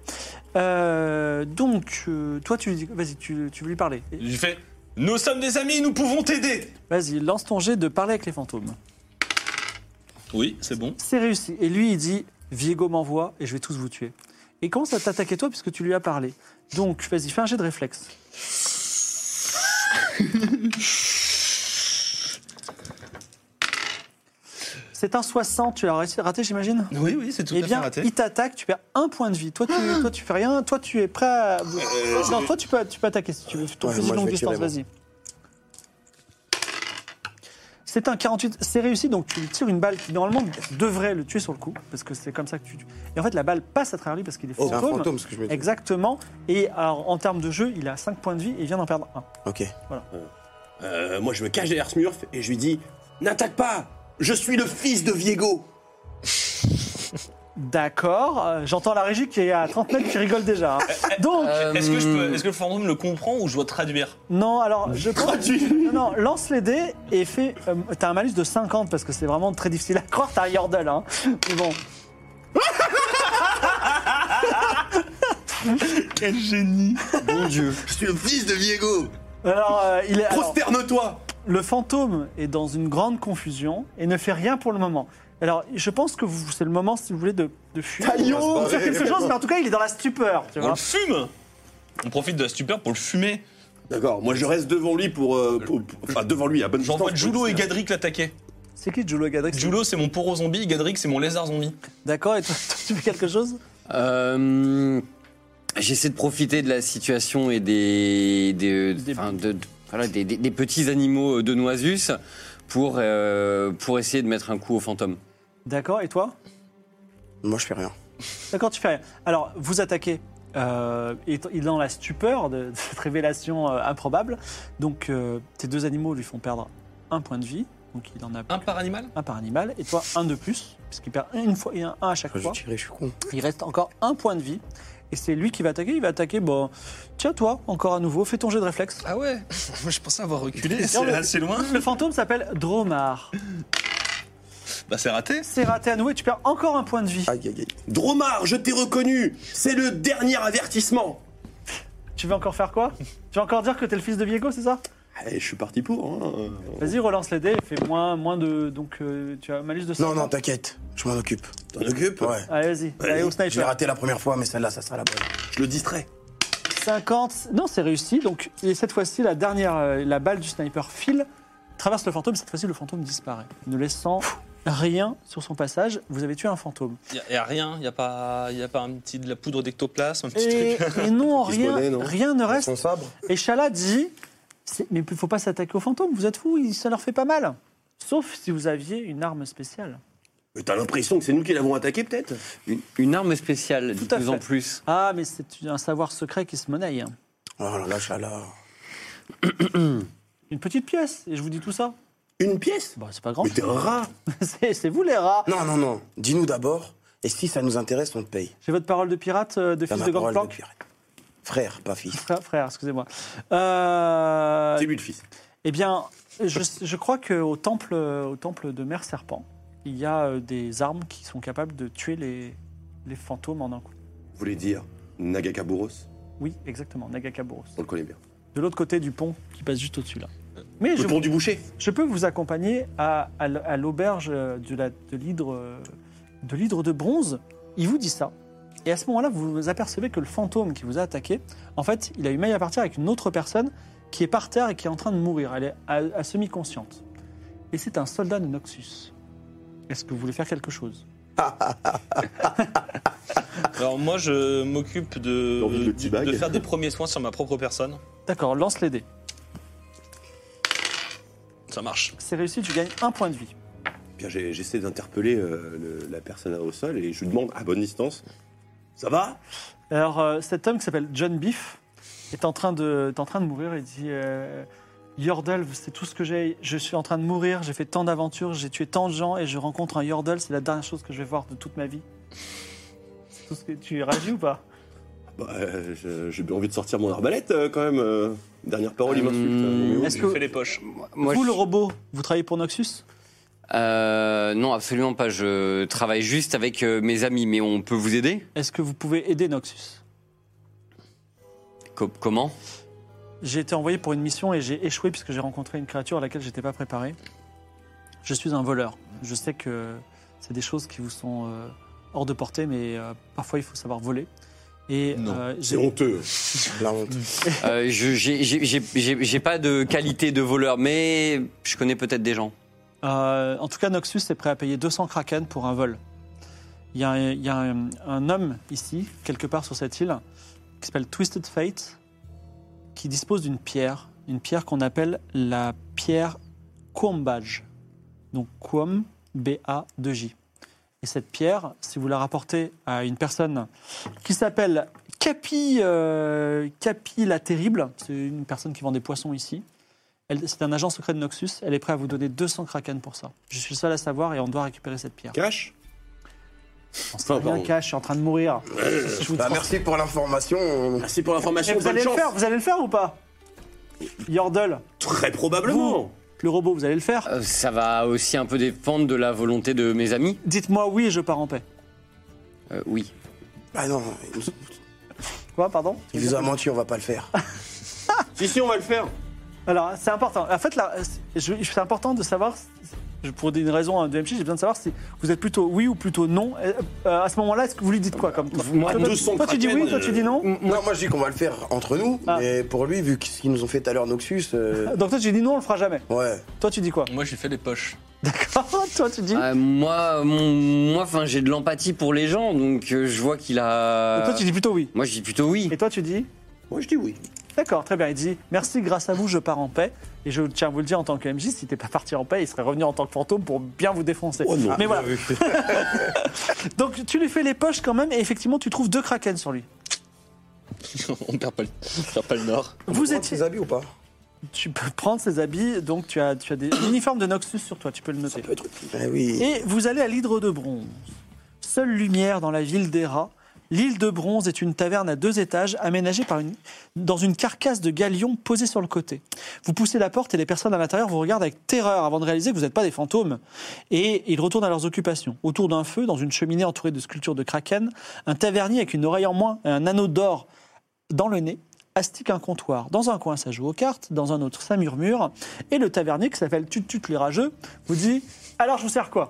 Toi vas-y, tu veux lui parler. Je lui fais nous sommes des amis, nous pouvons t'aider. Vas-y, lance ton jet de parler avec les fantômes. Oui, c'est bon. C'est réussi. Et lui, il dit Viego m'envoie et je vais tous vous tuer. Et il commence à t'attaquer toi puisque tu lui as parlé. Donc, vas-y, fais un jet de réflexe. C'est un 60, tu as raté, j'imagine? Oui, c'est tout Eh à fait bien, raté. il t'attaque, tu perds 1 point de vie. Toi, tu fais rien. Toi, tu es prêt à. Non, toi, tu peux attaquer si tu veux. Ton Ouais, fusil moi, je longue vais distance, tirer, moi. vas-y. C'est un 48, c'est réussi, donc tu lui tires une balle qui normalement devrait le tuer sur le coup, parce que c'est comme ça que tu tues. Et en fait, la balle passe à travers lui parce qu'il est C'est un fantôme. fantôme, ce que je me dis. Exactement. Et alors, en termes de jeu, il a 5 points de vie et il vient d'en perdre 1. Ok. Moi, je me cache derrière Smurf et je lui dis n'attaque pas. Je suis le fils de Viego. D'accord, j'entends la régie qui est à 30 mètres qui rigole déjà. Hein. Donc, Est-ce que le fantôme le comprend ou je dois traduire? non, alors je pense. Non, lance les dés et fais. T'as un malus de 50 parce que c'est vraiment très difficile à croire, t'as un Yordle. Hein. Mais bon. Quel génie. Mon Dieu. Je suis le fils de Viego. Alors, alors, Prosterne-toi. le fantôme est dans une grande confusion et ne fait rien pour le moment. Alors, je pense que c'est le moment, si vous voulez, de fuir. Taillot. Ou faire quelque chose, mais en tout cas, il est dans la stupeur. Tu On vois. le fume. On profite de la stupeur pour le fumer. D'accord, moi je reste devant lui enfin devant lui à bonne distance. J'envoie pour Julo et le- Gadrick l'attaquer. C'est qui Julo Gadrix? Julo, c'est mon poro zombie, Gadrick, c'est mon lézard zombie. D'accord, et toi, tu fais quelque chose? J'essaie de profiter de la situation et des petits animaux de Noisus pour essayer de mettre un coup au fantôme. D'accord, et toi? Moi, je fais rien. D'accord, tu fais rien. Alors, vous attaquez. Il est dans la stupeur de cette révélation improbable. Donc, tes deux animaux lui font perdre 1 point de vie. Donc, il en a Un par animal? un par animal. Et toi, 1 de plus, puisqu'il perd une fois et un à chaque Après, je fois. tirais, je suis con. Il reste encore 1 point de vie. Et c'est lui qui va attaquer. Il va attaquer, bon, tiens, toi, encore à nouveau, fais ton jet de réflexe. Ah ouais. Moi je pensais avoir reculé, Non, mais- assez loin. Le fantôme s'appelle Dromar. Bah c'est raté. C'est raté à nouveau et tu perds encore 1 point de vie. Aïe, aïe, aïe. Dromar, je t'ai reconnu. C'est le dernier avertissement. Tu veux encore faire quoi? Tu veux encore dire que t'es le fils de Viego, c'est ça? Je suis parti pour. Hein. Vas-y, relance les dés et fais moins de. Donc, tu as malus de 50. Non, t'inquiète. Je m'en occupe. T'en occupes? Ouais. Allez, vas-y. Allez, Allez, au Je l'ai sniper. raté la première fois, mais celle-là, ça sera la bonne. Je le distrais. 50. Non, c'est réussi. Donc, et cette fois-ci, la dernière, la balle du sniper file, traverse le fantôme. Cette fois-ci, le fantôme disparaît, ne laissant rien sur son passage. Vous avez tué un fantôme. Y a rien, y a pas de la poudre d'ectoplasme, un petit truc. Et non, Qui se rien, connaît, non rien ne reste. Son sabre. Et Shala dit mais il ne faut pas s'attaquer aux fantômes. Vous êtes fous, ça leur fait pas mal. Sauf si vous aviez une arme spéciale. Mais t'as l'impression que c'est nous qui l'avons attaqué, peut-être? Une arme spéciale, Tout à dites-nous en fait. plus. Ah, mais c'est un savoir secret qui se monnaie. Hein. Oh là là, Chala. Une petite pièce. Et je vous dis tout ça. Une pièce? Bon, c'est pas grand. Mais t'es un rat. C'est vous les rats. Non. Dis-nous d'abord. Et si ça nous intéresse, on te paye. J'ai votre parole de pirate, de T'as fils ma de parole de Gangplank. pirate. Frère, pas fils. Frère, excusez-moi. C'est lui le fils. Eh bien, je crois qu'au temple de Mère Serpent, il y a des armes qui sont capables de tuer les fantômes en un coup. Vous voulez dire Nagakaburos? Oui, exactement, Nagakaburos. On le connaît bien. De l'autre côté du pont qui passe juste au-dessus là. Mais Le pont du boucher. je peux vous accompagner à l'auberge de l'hydre de bronze. Il vous dit ça. Et à ce moment-là, vous apercevez que le fantôme qui vous a attaqué, en fait, il a eu maille à partir avec une autre personne qui est par terre et qui est en train de mourir. Elle est à semi-consciente. Et c'est un soldat de Noxus. Est-ce que vous voulez faire quelque chose? Alors moi, je m'occupe L'envie de teabag. de faire des premiers soins sur ma propre personne. D'accord, lance les dés. Ça marche. C'est réussi, tu gagnes 1 point de vie. Bien, j'essaie d'interpeller la personne au sol et je lui demande à bonne distance. Ça va? Alors, cet homme qui s'appelle John Beef est en train de mourir. Il dit Yordle, c'est tout ce que j'ai. Je suis en train de mourir, j'ai fait tant d'aventures, j'ai tué tant de gens et je rencontre un Yordle. C'est la dernière chose que je vais voir de toute ma vie. C'est tout ce que... Tu réagis ou pas? Bah, j'ai bien envie de sortir mon arbalète quand même. Dernière parole, il m'insulte. Est-ce Je que fais les poches. Moi, vous, je- le robot, vous travaillez pour Noxus? Non, absolument pas. Je travaille juste avec mes amis, mais on peut vous aider? Est-ce que vous pouvez aider Noxus? Comment? J'ai été envoyé pour une mission et j'ai échoué puisque j'ai rencontré une créature à laquelle je n'étais pas préparé. Je suis un voleur. Je sais que c'est des choses qui vous sont hors de portée, mais parfois il faut savoir voler. Et Non. C'est honteux. La honte. J'ai pas de qualité de voleur, mais je connais peut-être des gens. en tout cas, Noxus est prêt à payer 200 kraken pour un vol. Il y a un homme ici, quelque part sur cette île, qui s'appelle Twisted Fate, qui dispose d'une pierre qu'on appelle la pierre Quombage. Donc Quom, B-A-2-J. Et cette pierre, si vous la rapportez à une personne qui s'appelle Capi la Terrible, c'est une personne qui vend des poissons ici, c'est un agent secret de Noxus, elle est prête à vous donner 200 kraken pour ça. Je suis le seul à savoir et on doit récupérer cette pierre. Cash? On se fait bien cash, je suis en train de mourir. Je vous Merci pour l'information. Merci pour Et l'information. vous allez le faire, vous allez le faire ou pas? Yordle, Très probablement. le robot, vous allez le faire? Ça va aussi un peu dépendre de la volonté de mes amis. Dites-moi oui et je pars en paix. Oui. Ah non, Quoi, pardon? il vous a menti, on va pas le faire. Si, on va le faire. Alors, c'est important. En fait, là, c'est important de savoir, pour une raison de MJ, j'ai besoin de savoir si vous êtes plutôt oui ou plutôt non. À ce moment-là, est-ce que vous lui dites quoi comme Moi, toi, 200 toi, tu dis oui, kraken, toi, tu dis non? Non, moi je dis qu'on va le faire entre nous, Ah. mais pour lui, vu ce qu'ils nous ont fait tout à l'heure Noxus, Donc toi, tu dis non, on le fera jamais. ouais. Toi, tu dis quoi? Moi, j'ai fait les poches. D'accord. Toi, tu dis? Moi, enfin, j'ai de l'empathie pour les gens, donc je vois qu'il Donc a. toi, tu dis plutôt oui. Moi, je dis plutôt oui. Et toi, tu dis? Moi je dis oui. D'accord, très bien. Il dit merci, grâce à vous, je pars en paix. Et je tiens à vous le dire en tant que MJ, si t'es pas parti en paix, il serait revenu en tant que fantôme pour bien vous défoncer. Oh non. Mais voilà. Donc tu lui fais les poches quand même, et effectivement, tu trouves 2 kraken sur lui. On perd pas le nord. Vous Prends étiez. tes habits ou pas? Tu peux prendre ses habits, donc tu as des uniformes de Noxus sur toi, tu peux le noter. Peut être utile. Ben oui. Et vous allez à l'Hydre de Bronze. Seule lumière dans la ville d'Héra. L'île de Bronze est une taverne à 2 étages aménagée dans une carcasse de galion posée sur le côté. Vous poussez la porte et les personnes à l'intérieur vous regardent avec terreur avant de réaliser que vous n'êtes pas des fantômes. Et ils retournent à leurs occupations. Autour d'un feu, dans une cheminée entourée de sculptures de kraken, un tavernier avec une oreille en moins et un anneau d'or dans le nez astique un comptoir. Dans un coin, ça joue aux cartes, dans un autre, ça murmure. Et le tavernier, qui s'appelle Tut les Rageux, vous dit « Alors, je vous sers quoi ?»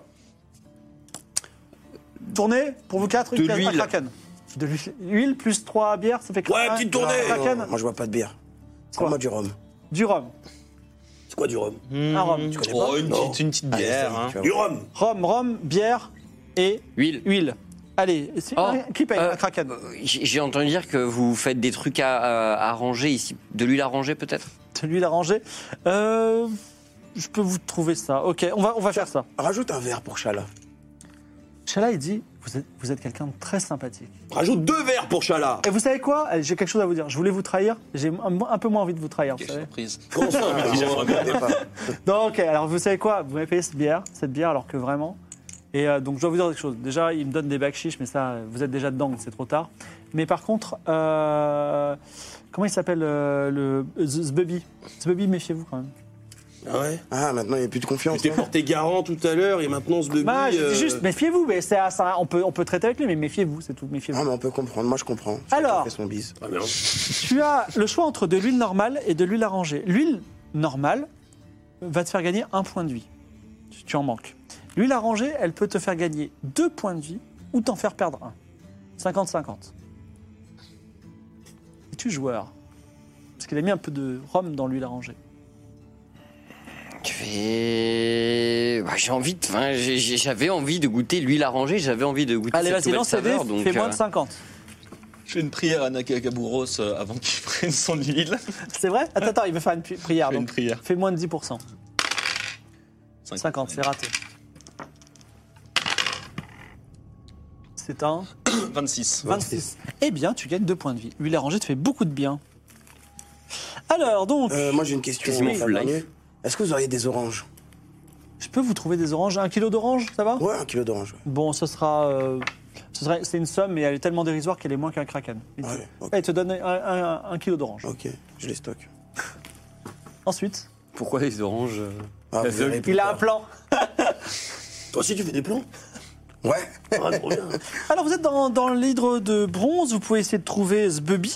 Tournez, pour vous 4, De un l'huile. kraken. De l'huile plus 3 bières, ça fait Ouais, un petite tournée. kraken. Non, moi je vois pas de bière. C'est Quoi? moi du rhum. Du rhum. C'est quoi du rhum? Un rhum. Tu connais Oh, pas? une Non. petite Allez, bière. essaye, Hein. tu vas Du voir. rhum. Rhum, bière et Huile. huile. Allez, Oh, qui paye un kraken? J'ai entendu dire que vous faites des trucs à ranger ici. De l'huile à ranger peut-être? De l'huile à ranger. Je peux vous trouver ça. Ok, on va faire ça. Rajoute un verre pour Chala. Chala, il dit, vous êtes quelqu'un de très sympathique. Rajoute 2 verres pour Chala. Et vous savez quoi? Allez, j'ai quelque chose à vous dire. Je voulais vous trahir. J'ai un peu moins envie de vous trahir. Vous Quelle savez. surprise. Comment ça? Donc, ok, alors vous savez quoi? Vous m'avez payé cette bière, alors que vraiment. Et donc, je dois vous dire quelque chose. Déjà, il me donne des bakshish, mais ça, vous êtes déjà dedans, donc c'est trop tard. Mais par contre, comment il s'appelle le Zbubby? Zbubby, méfiez-vous quand même. Ah ouais. Ah, maintenant, il n'y a plus de confiance. Tu t'es porté garant tout à l'heure et maintenant ce bébé. Bah, je dis juste, méfiez-vous, mais on peut traiter avec lui, mais méfiez-vous, c'est tout, méfiez-vous. Ah, mais on peut comprendre. Moi, je comprends. Alors. Fait son bise. Ah merde. Tu as le choix entre de l'huile normale et de l'huile arrangée. L'huile normale va te faire gagner 1 point de vie. Tu en manques. L'huile arrangée, elle peut te faire gagner 2 points de vie ou t'en faire perdre 1. 50-50. Es-tu joueur? Parce qu'il a mis un peu de rhum dans l'huile arrangée. J'ai envie de. J'avais envie de goûter l'huile arrangée, j'avais envie de goûter Allez, cette vas-y, nouvelle lance les dés, saveur, donc, fais moins de 50. Je fais une prière à Nakakaburos avant qu'il prenne son huile. C'est vrai? Attends, il veut faire une prière. Je fais une Donc, prière. fais moins de 10%. 50, c'est raté. C'est un 26. 26. Eh bien, tu gagnes 2 points de vie. L'huile arrangée te fait beaucoup de bien. Alors, donc, Moi, j'ai une question. Quasiment full Dernier. life. Est-ce que vous auriez des oranges? je peux vous trouver des oranges. 1 kilo d'oranges, ça va? Ouais, 1 kilo d'oranges. Ouais. Bon, c'est une somme, mais elle est tellement dérisoire qu'elle est moins qu'un kraken. Il dit. Ouais, ok. Il te donne 1 kilo d'oranges. Ok, je les stocke. Ensuite, Pourquoi les oranges Ah, vous verrez plus il a tard. un plan. Toi aussi, tu fais des plans? Ouais. Ah, trop bien. Alors, vous êtes dans l'hydre de bronze. Vous pouvez essayer de trouver Zbubi.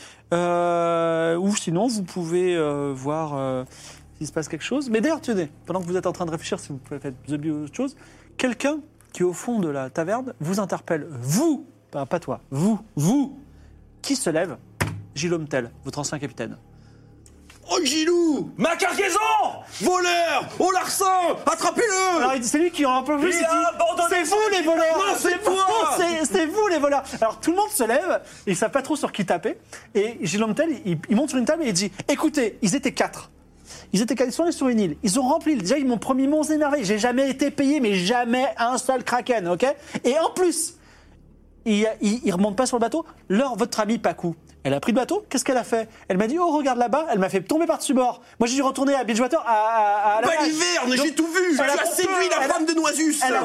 Ou sinon, vous pouvez voir s'il se passe quelque chose. Mais d'ailleurs, tenez, pendant que vous êtes en train de réfléchir si vous pouvez faire Zbubi ou autre chose, quelqu'un qui est au fond de la taverne vous interpelle. Vous, pas toi, vous, qui se lève? Guillaume Tell, votre ancien capitaine. Oh, Gilou! Ma cargaison! Voleur! Oh, larcin! Attrapez-le! Alors, c'est lui qui en peut plus. Il il a dit, abandonné c'est vous les voleurs! Non, c'est vous, toi c'est vous les voleurs! Alors, tout le monde se lève, ils ne savent pas trop sur qui taper. Et Guillaume Tell, il monte sur une table et il dit, écoutez, ils étaient 4. Ils sont allés sur une île. Ils ont rempli. Déjà, ils m'ont promis monts et merveilles. J'ai jamais été payé, mais jamais un seul kraken, ok? Et en plus, ils remontent pas sur le bateau. Votre amie Pakou, elle a pris le bateau. Qu'est-ce qu'elle a fait? Elle m'a dit, oh, regarde là-bas. Elle m'a fait tomber par-dessus bord. Moi, j'ai dû retourner à Bilgewater à la Baliverne, Donc, j'ai tout vu! Tu elle a- as séduit la elle a- femme de Noisus! Elle a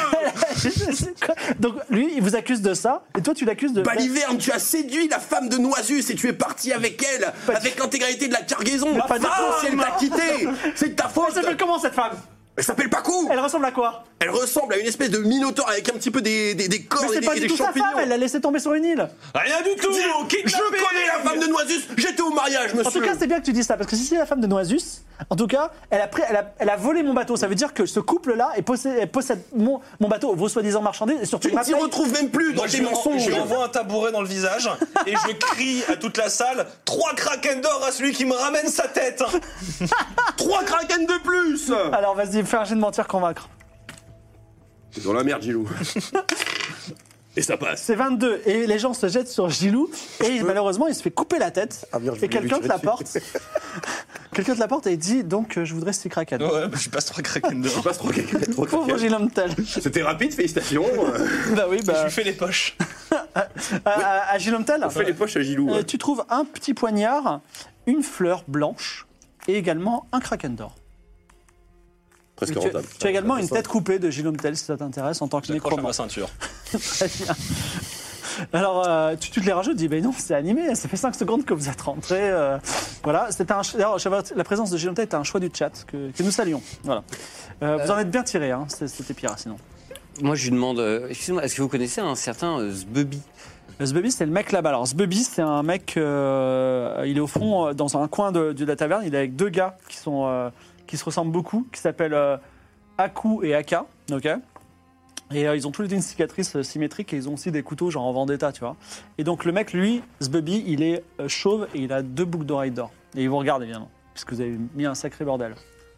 Donc, lui, il vous accuse de ça. Et toi, tu l'accuses de... Baliverne, tu as séduit la femme de Noisus et tu es parti avec elle, avec l'intégralité de la cargaison! pas du tout. Si elle t'a quitté! C'est de ta faute! Elle s'appelle comment, cette femme? Elle s'appelle Pakou! Elle ressemble à quoi? Elle ressemble à une espèce de minotaure avec un petit peu des cornes Mais et c'est pas des du tout sa champignons! femme. Elle l'a laissé tomber sur une île. Rien du tout! Je connais la femme de Noisus! J'étais au mariage, monsieur! En tout cas, c'est bien que tu dises ça, parce que si c'est la femme de Noisus, en tout cas, elle a volé mon bateau. Ça veut dire que ce couple-là elle possède mon bateau, vos soi-disant marchandises, et surtout Tu ne ma t'y paye. retrouves même plus dans Moi, je tes lui mensonges! envoie un tabouret dans le visage et je crie à toute la salle 3 kraken d'or à celui qui me ramène sa tête. 3 kraken de plus! Alors, vas-y, fais un jet de mentir convaincre. T'es dans la merde, Gilou. Et ça passe. C'est 22, et les gens se jettent sur Gilou, et malheureusement, il se fait couper la tête. Ah, merde, je Et voulais quelqu'un lui te la tirer porte. Quelqu'un te la porte et dit donc je voudrais 6 kraken. Ouais, bah, je passe 3 kraken d'or. Je passe trop Pauvre kraken. Guillaume Tell. C'était rapide, félicitations. Bah oui, Je bah. lui fais les poches. À Guillaume Tell, On fait les poches à Gilou. tu trouves un petit poignard, une fleur blanche et également un kraken d'or. Presque Tu, rentable. tu as également une tête coupée de Guillaume Tell si ça t'intéresse en tant que J'accroche à ma nécromant. ceinture. Très bien. Alors, tu te les rajoutes, tu dis, ben non, c'est animé, ça fait 5 secondes que vous êtes rentrés. Voilà, c'était d'ailleurs, la présence de Guillaume Tell était un choix du chat que nous saluons. Voilà. Vous en êtes bien tirés, hein, c'était pire sinon. Moi, je lui demande, excusez-moi, est-ce que vous connaissez un certain Zbubi? Zbubi, c'est le mec là-bas. Alors, Zbubi, c'est un mec, il est au fond, dans un coin de la taverne, il est avec 2 gars qui se ressemblent beaucoup, qui s'appellent Aku et Aka, ok. Et ils ont tous les deux une cicatrice symétrique et ils ont aussi des couteaux genre en vendetta, tu vois. Et donc le mec, lui, Zbubi, il est chauve et il a 2 boucles d'oreilles d'or. Et il vous regarde évidemment, puisque vous avez mis un sacré bordel.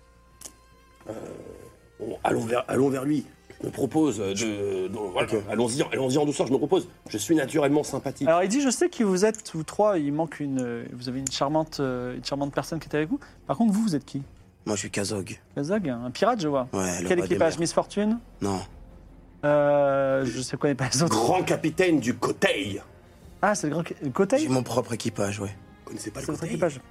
Bon, allons vers lui. Je me propose de. Voilà, Ok. allons-y en douceur, je me propose. Je suis naturellement sympathique. Alors il dit, je sais qui vous êtes, vous 3, il manque vous avez une charmante personne qui est avec vous. Par contre, vous êtes qui? Moi, je suis Kazog. Kazog, un pirate, je vois. Ouais, le Quel roi des équipage? mers. Miss Fortune? Non. Je connais pas les autres. Grand capitaine du Coteil. Ah, c'est le grand côté. J'ai mon propre équipage, ouais. Vous connaissez pas le C'est votre Coteil? équipage.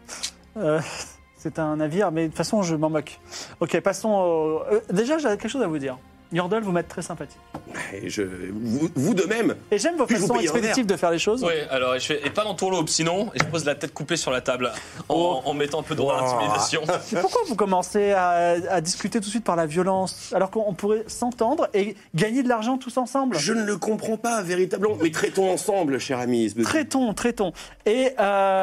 C'est un navire, mais de toute façon, je m'en moque. Ok, passons au... déjà, j'ai quelque chose à vous dire. Yordle, vous m'êtes très sympathique. Et vous de même. Et j'aime vos Puis-je vous façons payer un expéditives de faire les choses. Oui, alors je fais, et pas dans tourlope, sinon, et je pose la tête coupée sur la table en mettant un peu de droit à l'intimidation. Mais pourquoi vous commencez à discuter tout de suite par la violence, alors qu'on pourrait s'entendre et gagner de l'argent tous ensemble? Je ne le comprends pas véritablement. Mais traitons ensemble, cher ami. Traitons. Et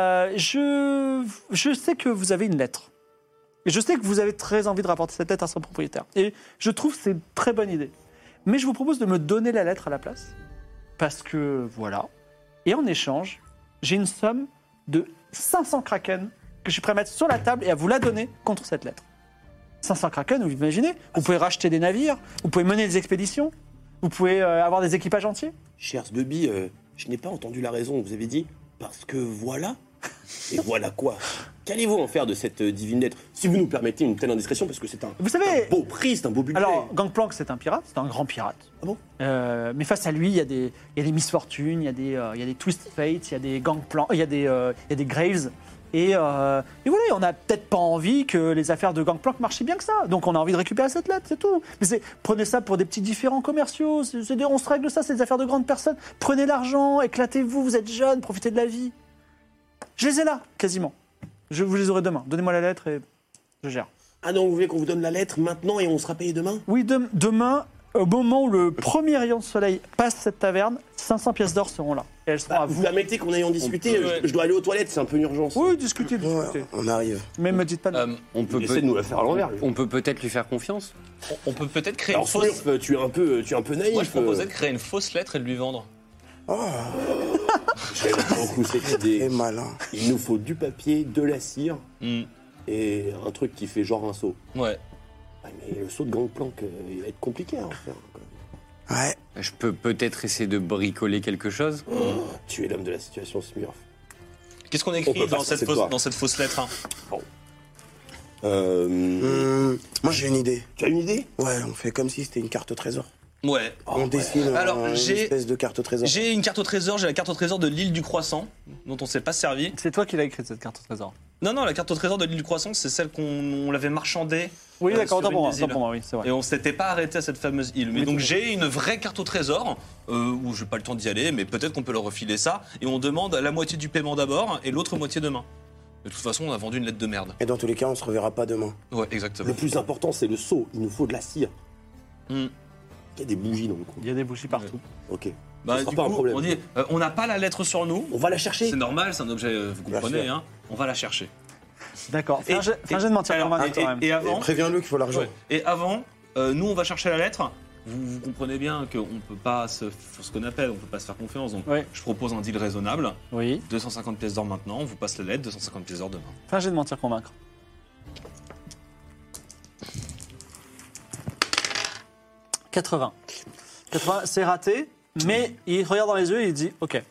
je sais que vous avez une lettre. Et je sais que vous avez très envie de rapporter cette lettre à son propriétaire. Et je trouve que c'est une très bonne idée. Mais je vous propose de me donner la lettre à la place. Parce que, voilà. Et en échange, j'ai une somme de 500 kraken que je suis prêt à mettre sur la table et à vous la donner contre cette lettre. 500 kraken, vous imaginez? Vous pouvez racheter des navires, vous pouvez mener des expéditions, vous pouvez avoir des équipages entiers. Cher Sbubby, je n'ai pas entendu la raison. Vous avez dit parce que voilà. Et voilà quoi? Qu'allez-vous en faire de cette divine lettre? Si vous nous permettez une telle indiscrétion, parce que c'est un beau prix, c'est un beau budget. Alors, Gangplank, c'est un pirate, c'est un grand pirate. Ah bon? Mais face à lui, il y a des misfortunes, il y a des Twist Fates, il y a des Gangplank, il y a des Graves. Et voilà, on n'a peut-être pas envie que les affaires de Gangplank marchent bien que ça. Donc on a envie de récupérer cette lettre, c'est tout. Mais prenez ça pour des petits différends commerciaux, on se règle ça, c'est des affaires de grandes personnes. Prenez l'argent, éclatez-vous, vous êtes jeunes, profitez de la vie. Je les ai là, quasiment. Je vous les aurai demain. Donnez-moi la lettre et je gère. Ah donc vous voulez qu'on vous donne la lettre maintenant et on sera payé demain? Oui, demain, au moment où le premier rayon de soleil passe cette taverne, 500 pièces d'or seront là. Et elles seront à Vous vous. permettez qu'on aille en discuter? Je dois aller aux toilettes, c'est un peu une urgence. Oui, discutez. Ouais, on arrive. Mais me dites pas non. On peut Essaie de nous la faire à l'envers. on peut peut-être lui faire confiance. On peut peut-être créer Alors une fausse... Smurf, tu es un peu naïf. Moi, je proposais de créer une fausse lettre et de lui vendre. J'aime beaucoup cette Très idée. malin. Il nous faut du papier, de la cire et un truc qui fait genre un seau. Ouais. Ouais, mais le saut de Gangplank, il va être compliqué à en faire. Quand même. Ouais. Je peux peut-être essayer de bricoler quelque chose. Tu es l'homme de la situation, Smurf. Qu'est-ce qu'on On écrit peut pas dans se cette, passer de toi. dans cette fausse lettre, hein? Moi j'ai une idée. Tu as une idée? Ouais, on fait comme si c'était une carte au trésor. Ouais. On dessine Alors, une espèce de carte au trésor. J'ai une carte au trésor, j'ai la carte au trésor de l'île du Croissant, dont on s'est pas servi. C'est toi qui l'as écrite, cette carte au trésor. Non, la carte au trésor de l'île du Croissant, c'est celle qu'on l'avait marchandée. Oui, d'accord, sur autant pour une moi, des autant îles. pour moi, oui, c'est vrai. Et on s'était pas arrêté à cette fameuse île. Mais Oui, donc tout à j'ai une vraie carte au trésor, où j'ai pas le temps d'y aller, mais peut-être qu'on peut leur refiler ça. Et on demande la moitié du paiement d'abord et l'autre moitié demain. De toute façon, on a vendu une lettre de merde. Et dans tous les cas, on se reverra pas demain. Ouais, exactement. Le plus important, c'est le seau. Il nous faut de la cire. Hmm. Il y a des bougies dans le coin. Il y a des bougies partout. Ok. Bah, Ce sera du pas un coup, problème. on dit, on n'a pas la lettre sur nous. On va la chercher. C'est normal, c'est un objet, vous Bien comprenez, sûr. hein. On va la chercher. D'accord. Fais un jet de mentir alors, convaincre quand même. et avant, Préviens-le qu'il faut l'argent. ouais. Et avant, nous on va chercher la lettre. Vous comprenez bien qu'on peut pas se faire ce qu'on appelle, on peut pas se faire confiance. Donc Ouais. je propose un deal raisonnable. Oui. 250 pièces d'or maintenant, on vous passe la lettre, 250 pièces d'or demain. Fais un jet de mentir convaincre. 80. 80, c'est raté, mais il regarde dans les yeux et il dit OK.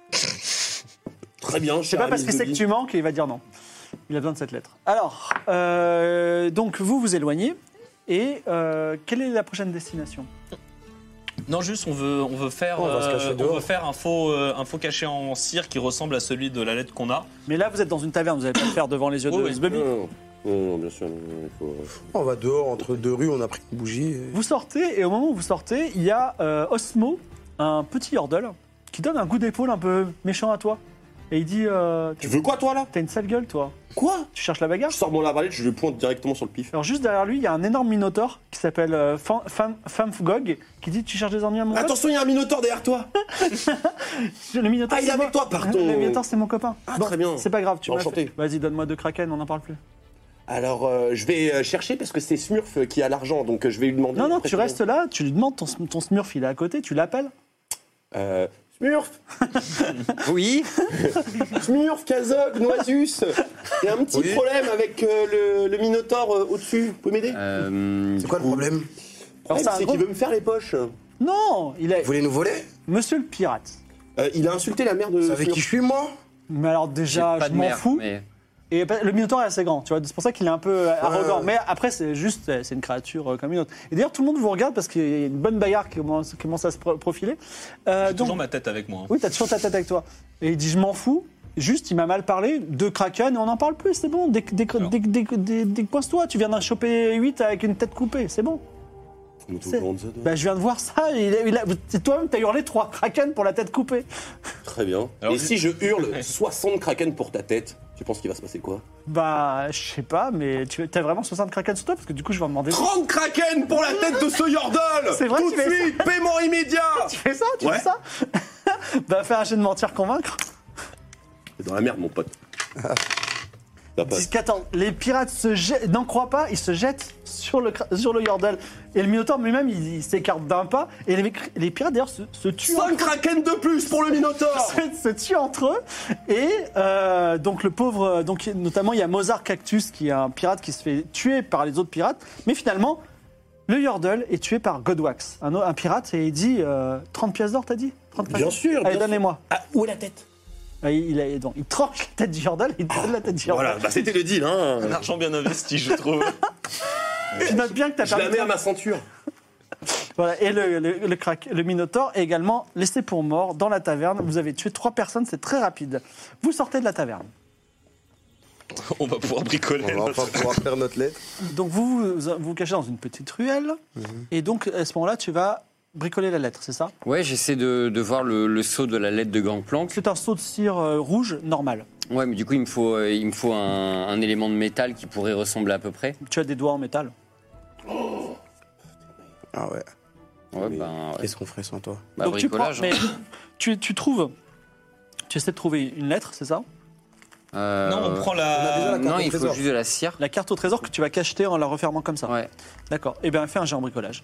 Très bien. C'est pas parce qu'il sait que tu manques et il va dire non. Il a besoin de cette lettre. Alors, donc vous vous éloignez et quelle est la prochaine destination? Non, juste on veut faire, On va se cacher dehors. on veut faire un faux cachet en cire qui ressemble à celui de la lettre qu'on a. Mais là, vous êtes dans une taverne, vous n'allez pas le faire devant les yeux de Oui, Sbubby. Non, bien sûr. Il faut... On va dehors, entre deux rues, on a pris une bougie. Et... Vous sortez et au moment où vous sortez, il y a Osmo, un petit Yordle, qui donne un coup d'épaule un peu méchant à toi. Et il dit Tu veux quoi, toi, là? T'as une sale gueule, toi. Quoi? Tu cherches la bagarre? Je sors mon arbalète, je le pointe directement sur le pif. Alors juste derrière lui, il y a un énorme minotaure qui s'appelle Famfgog, qui dit tu cherches des ennuis à mon pote. Attention, il y a un minotaure derrière toi. Le minotaure, Ah, il est c'est avec moi. toi, pardon. Le minotaure, c'est mon copain. Ah, très bien. C'est pas grave, tu m'as Enchanté. fait. Vas-y, donne-moi 2 kraken, on n'en parle plus. Alors, je vais chercher parce que c'est Smurf qui a l'argent, donc je vais lui demander. Non, tu précisément. restes là, tu lui demandes ton Smurf, il est à côté, tu l'appelles. Smurf, Oui. Smurf, Kazog, Noisus. Il y a un petit problème avec le minotaure au-dessus. Vous pouvez m'aider? C'est quoi le problème? Alors, c'est un C'est gros- qu'il veut me faire les poches. Non, il est Vous voulez nous voler? Monsieur le pirate. Il a insulté la mère de Vous savez Smurf. qui je suis, moi? Mais alors déjà, J'ai pas je de m'en mère, fous. mais- Et le Minotaure est assez grand, tu vois, c'est pour ça qu'il est un peu arrogant. ouais. Mais après, c'est une créature comme une autre. Et d'ailleurs, tout le monde vous regarde parce qu'il y a une bonne bagarre qui commence à se profiler. J'ai Donc, toujours ma tête avec moi. Hein. oui, t'as toujours ta tête avec toi. Et il dit, je m'en fous. Juste, il m'a mal parlé de Kraken et on n'en parle plus, c'est bon. Décoince-toi, tu viens d'en choper 8 avec une tête coupée, c'est bon. Nous tout C'est- le monde se donne. Bah, je viens de voir ça. C'est toi-même, t'as hurlé 3 kraken pour la tête coupée. Très bien. Alors, Et si je hurle 60 kraken pour ta tête, tu penses qu'il va se passer quoi? Bah, je sais pas, mais t'as vraiment 60 kraken sur toi parce que du coup, je vais en demander. 30 kraken pour la tête de ce Yordle. C'est vrai, tout tu de fais suite, paiement immédiat. Tu fais ça? Tu Ouais. fais ça? Bah, fais un jet de mentir convaincre. C'est dans la merde, mon pote. T'as pas- 14. Les pirates se jettent, n'en croient pas, ils se jettent sur le Yordle. Et le Minotaure lui-même, il s'écarte d'un pas. Et les pirates d'ailleurs se tuent. 5 kraken de plus pour le Minotaure. se tuent entre eux. Et donc le pauvre, donc notamment il y a Mozart Cactus qui est un pirate qui se fait tuer par les autres pirates. Mais finalement, le Yordle est tué par Godwax, un pirate, et il dit 30 pièces d'or, t'as dit 30 Bien sûr. Allez, bien donne-les-moi. sûr. Ah, où est la tête? Il tranche la tête du Yordle, il donne la tête du Yordle. Voilà, bah c'était le deal, hein. Un argent bien investi, je trouve. Tu notes bien que t'as Je la perdu. mets à ma ceinture. Voilà, et le Minotaure est également laissé pour mort dans la taverne. Vous avez tué 3 personnes, c'est très rapide. Vous sortez de la taverne. On va pouvoir bricoler. On va enfin pouvoir faire notre lettre. Donc vous cachez dans une petite ruelle. Et donc à ce moment-là, tu vas bricoler la lettre, c'est ça? Ouais, j'essaie de voir le sceau de la lettre de Gangplank. C'est un seau de cire rouge normal. Ouais, mais du coup, il me faut un élément de métal qui pourrait ressembler à peu près. Tu as des doigts en métal. Ah ouais. Ouais, Mais ben, ouais. Qu'est-ce qu'on ferait sans toi? Bah, Donc tu prends, bricolage. mais tu trouves, tu essaies de trouver une lettre, c'est ça? Non, on prend on a déjà la. la- Non, carte au il faut trésor. juste de la cire. La carte au trésor que tu vas cacheter en la refermant comme ça. Ouais. D'accord. Eh bien, fais un jet en bricolage.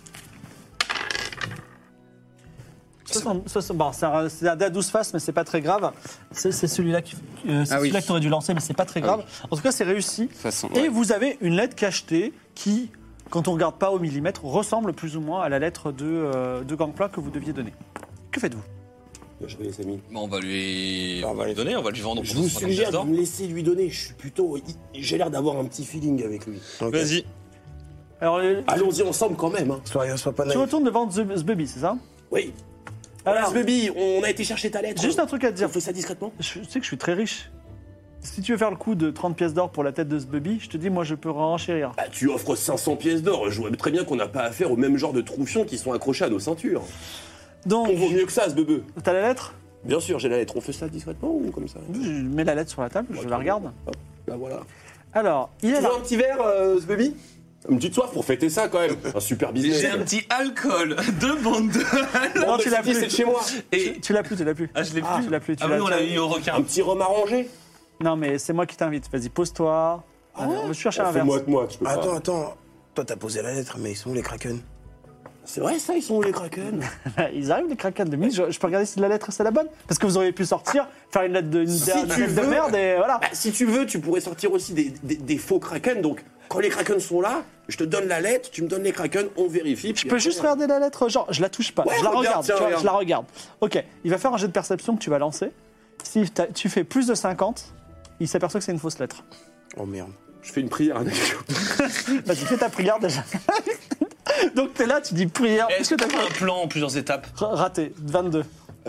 Bon, c'est un dé à 12 faces, mais c'est pas très grave. C'est celui-là Ah celui-là oui. que tu aurais dû lancer, mais c'est pas très grave. En tout cas, c'est réussi. De toute façon, Et ouais. vous avez une lettre cachetée qui, quand on regarde pas au millimètre, ressemble plus ou moins à la lettre de Gangplank que vous deviez donner. Que faites-vous? Je vais les amis. Bon, on va lui On va lui- donner, on va lui vendre Je pour vous 250 suggère pièces de d'or. me laisser lui donner. Je suis plutôt. J'ai l'air d'avoir un petit feeling avec lui. Ok. Vas-y. Alors, Allons-y ensemble quand même. Hein. Sois pas tu naïf. retournes devant Zbubby, c'est ça? Oui. Alors, Alors, Baby, on a été chercher ta lettre. juste un truc à te dire. On fait ça discrètement. Je sais que je suis très riche. Si tu veux faire le coup de 30 pièces d'or pour la tête de Zbubby, je te dis, moi, je peux renchérir. Bah, tu offres 500 pièces d'or. Je vois très bien qu'on n'a pas affaire au même genre de troufions qui sont accrochés à nos ceintures. Donc, On vaut mieux que ça, ce bebeu. t'as la lettre? Bien sûr, j'ai la lettre. On fait ça discrètement ou comme ça? Je mets la lettre sur la table, je la regarde. Hop, bah voilà. Alors, il Tu est là. veux un petit verre, ce baby? Une petite soif pour fêter ça quand même. Un super business. J'ai un petit alcool, 2 bandes de. Non, tu l'as plus. C'est de chez moi. Et. Tu l'as plus, tu l'as plus. Ah, je l'ai Ah, plus. tu l'as plus, tu Ah l'as- oui, on tu l'a l'as- mis au requin. Un petit rhum arrangé. Non, mais c'est moi qui t'invite. Vas-y, pose-toi. Allez, on va chercher un verre. Fais-moi de moi, tu peux pas. Attends. Toi, t'as posé la lettre, mais ils sont où les kraken? C'est vrai ça, ils sont où les kraken? Ils arrivent, les kraken de 1000. Je peux regarder si la lettre, c'est la bonne? Parce que vous auriez pu sortir, faire une lettre de, Si une tu lettre de veux. merde et voilà. Bah, si tu veux, tu pourrais sortir aussi des faux kraken. Donc, quand les kraken sont là, je te donne la lettre, tu me donnes les kraken, on vérifie. Je peux juste regarder la lettre, genre, je la touche pas. Ouais, je la regarde, regarde, tiens, tu vois, regarde. je la regarde. Ok, il va faire un jet de perception que tu vas lancer. Si tu fais plus de 50, il s'aperçoit que c'est une fausse lettre. Oh merde. Je fais une prière. Vas-y, fais ta prière déjà. Donc t'es là, tu dis prière. Est-ce que t'as fait un plan en plusieurs étapes? Raté, 22.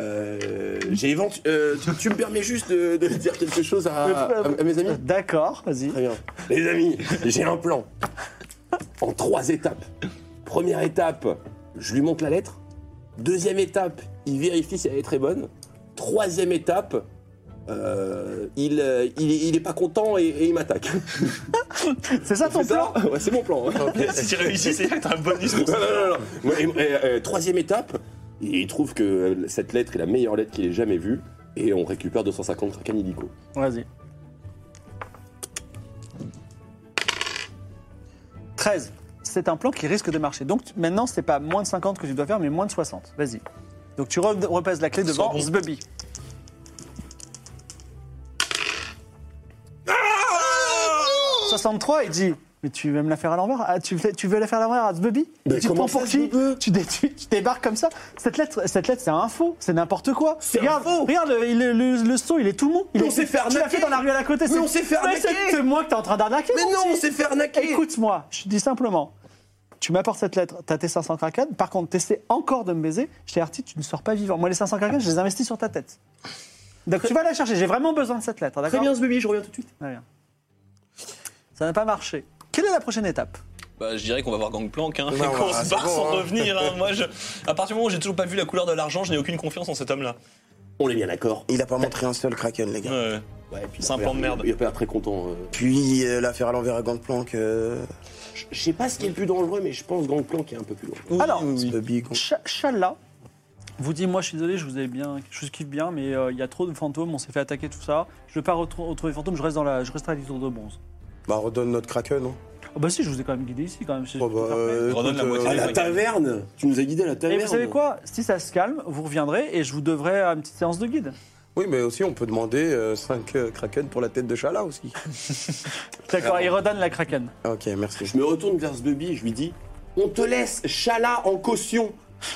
Tu me permets juste de dire quelque chose à mes amis? D'accord, vas-y. Très bien. Les amis, j'ai un plan. En 3 étapes. Première étape, je lui montre la lettre. Deuxième étape, il vérifie si la lettre est bonne. Troisième étape, il est pas content et il m'attaque. C'est ça ton C'est ça? plan? Ouais, c'est mon plan. Si tu réussis, c'est que t'as un bonus pour ça. Non. Troisième étape, il trouve que cette lettre est la meilleure lettre qu'il ait jamais vue et on récupère 250 kraken illico. Vas-y. 13. C'est un plan qui risque de marcher. Donc maintenant, c'est pas moins de 50 que tu dois faire, mais moins de 60. Vas-y. Donc tu repèses la clé devant Sois bon. Zbubby. 63, il dit. Mais tu veux me la faire à l'envers? Ah, tu veux la faire à l'envers à Zbubby? Mais Tu te comment prends pour ça, qui? je veux Tu débarques comme ça? Cette lettre, c'est un faux. C'est n'importe quoi. C'est Regarde, un faux. regarde le seau, il est tout mou. Mais on s'est fait Tu l'as arnaquer. fait dans la rue à la côté. Mais on s'est fait Mais arnaquer. c'est moi que t'es en train d'arnaquer. Mais mon non, petit. on s'est fait arnaquer. Écoute-moi, je te dis simplement, tu m'apportes cette lettre, t'as tes 500 kraken, par contre, t'essaies encore de me baiser, je t'ai averti, tu ne sors pas vivant. Moi, les 500 kraken, je les investis sur ta tête. Donc tu vas la chercher, j'ai vraiment besoin de cette lettre, d'accord? Très bien, ce baby, je reviens tout de suite. Très bien. Ça n'a pas marché. Quelle est la prochaine étape? Bah, je dirais qu'on va voir Gangplank, hein, Ouais, et qu'on ouais, se barre c'est bon, sans hein. revenir. Hein. Moi, à partir du moment où j'ai toujours pas vu la couleur de l'argent, je n'ai aucune confiance en cet homme-là. On est bien d'accord. Il a pas montré un seul Kraken, les gars. Ouais. Ouais, puis C'est un plan de merde. Il a pas l'air très content. Puis l'affaire à l'envers à Gangplank, Je sais pas ce qui est le plus dangereux, mais je pense Gangplank est un peu plus loin. Alors, c'est big. Chala vous dit, moi je suis désolé, je vous kiffe bien, mais il y a trop de fantômes, on s'est fait attaquer, tout ça. Je veux pas retrouver les fantômes, je reste à la tour de bronze. Bah, redonne notre Kraken, non? Oh bah si, je vous ai quand même guidé ici, quand même. Oh, bah, Redonne la moitié. À la taverne. Tu nous as guidé à la Et taverne. vous savez quoi? Si ça se calme, vous reviendrez et je vous devrai une petite séance de guide. Oui, mais aussi, on peut demander 5 Kraken pour la tête de Chala aussi. D'accord, il redonne la Kraken. Ok, merci. Je me retourne vers Sbubby et je lui dis on te laisse Chala en caution.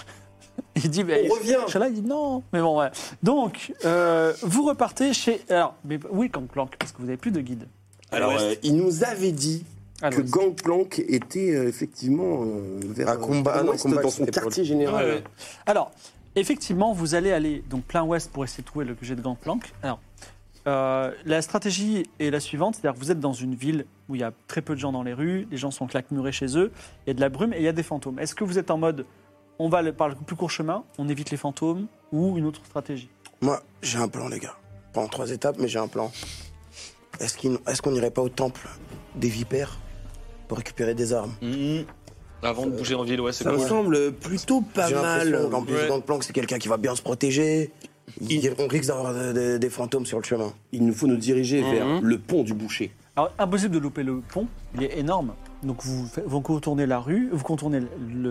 Il dit, On revient. Chala, il dit non. Mais bon, ouais. Donc, vous repartez chez. Alors, mais oui, Gangplank, parce que vous n'avez plus de guide. Alors, il nous avait dit À que l'ouest. Gangplank était effectivement vers À combat- l'ouest, non, combat, dans son c'était pour quartier le- général. Ouais, ouais. Alors, effectivement, vous allez aller donc plein ouest pour essayer de trouver le QG de Gangplank. Alors, la stratégie est la suivante, c'est-à-dire que vous êtes dans une ville où il y a très peu de gens dans les rues, les gens sont claquemurés chez eux, il y a de la brume et il y a des fantômes. Est-ce que vous êtes en mode, on va par le plus court chemin, on évite les fantômes, ou une autre stratégie? Moi, j'ai un plan, les gars. Pas en 3 étapes, mais j'ai un plan. Est-ce qu'on n'irait pas au temple des vipères pour récupérer des armes? Avant de bouger en ville, ouais, c'est Ça me cool. semble plutôt pas J'ai mal. l'impression qu'en plus, Ouais. Gangplank, c'est quelqu'un qui va bien se protéger. On risque d'avoir des fantômes sur le chemin. Il nous faut nous diriger vers le pont du boucher. Alors, impossible de louper le pont, il est énorme. Donc, vous contournez la rue, vous contournez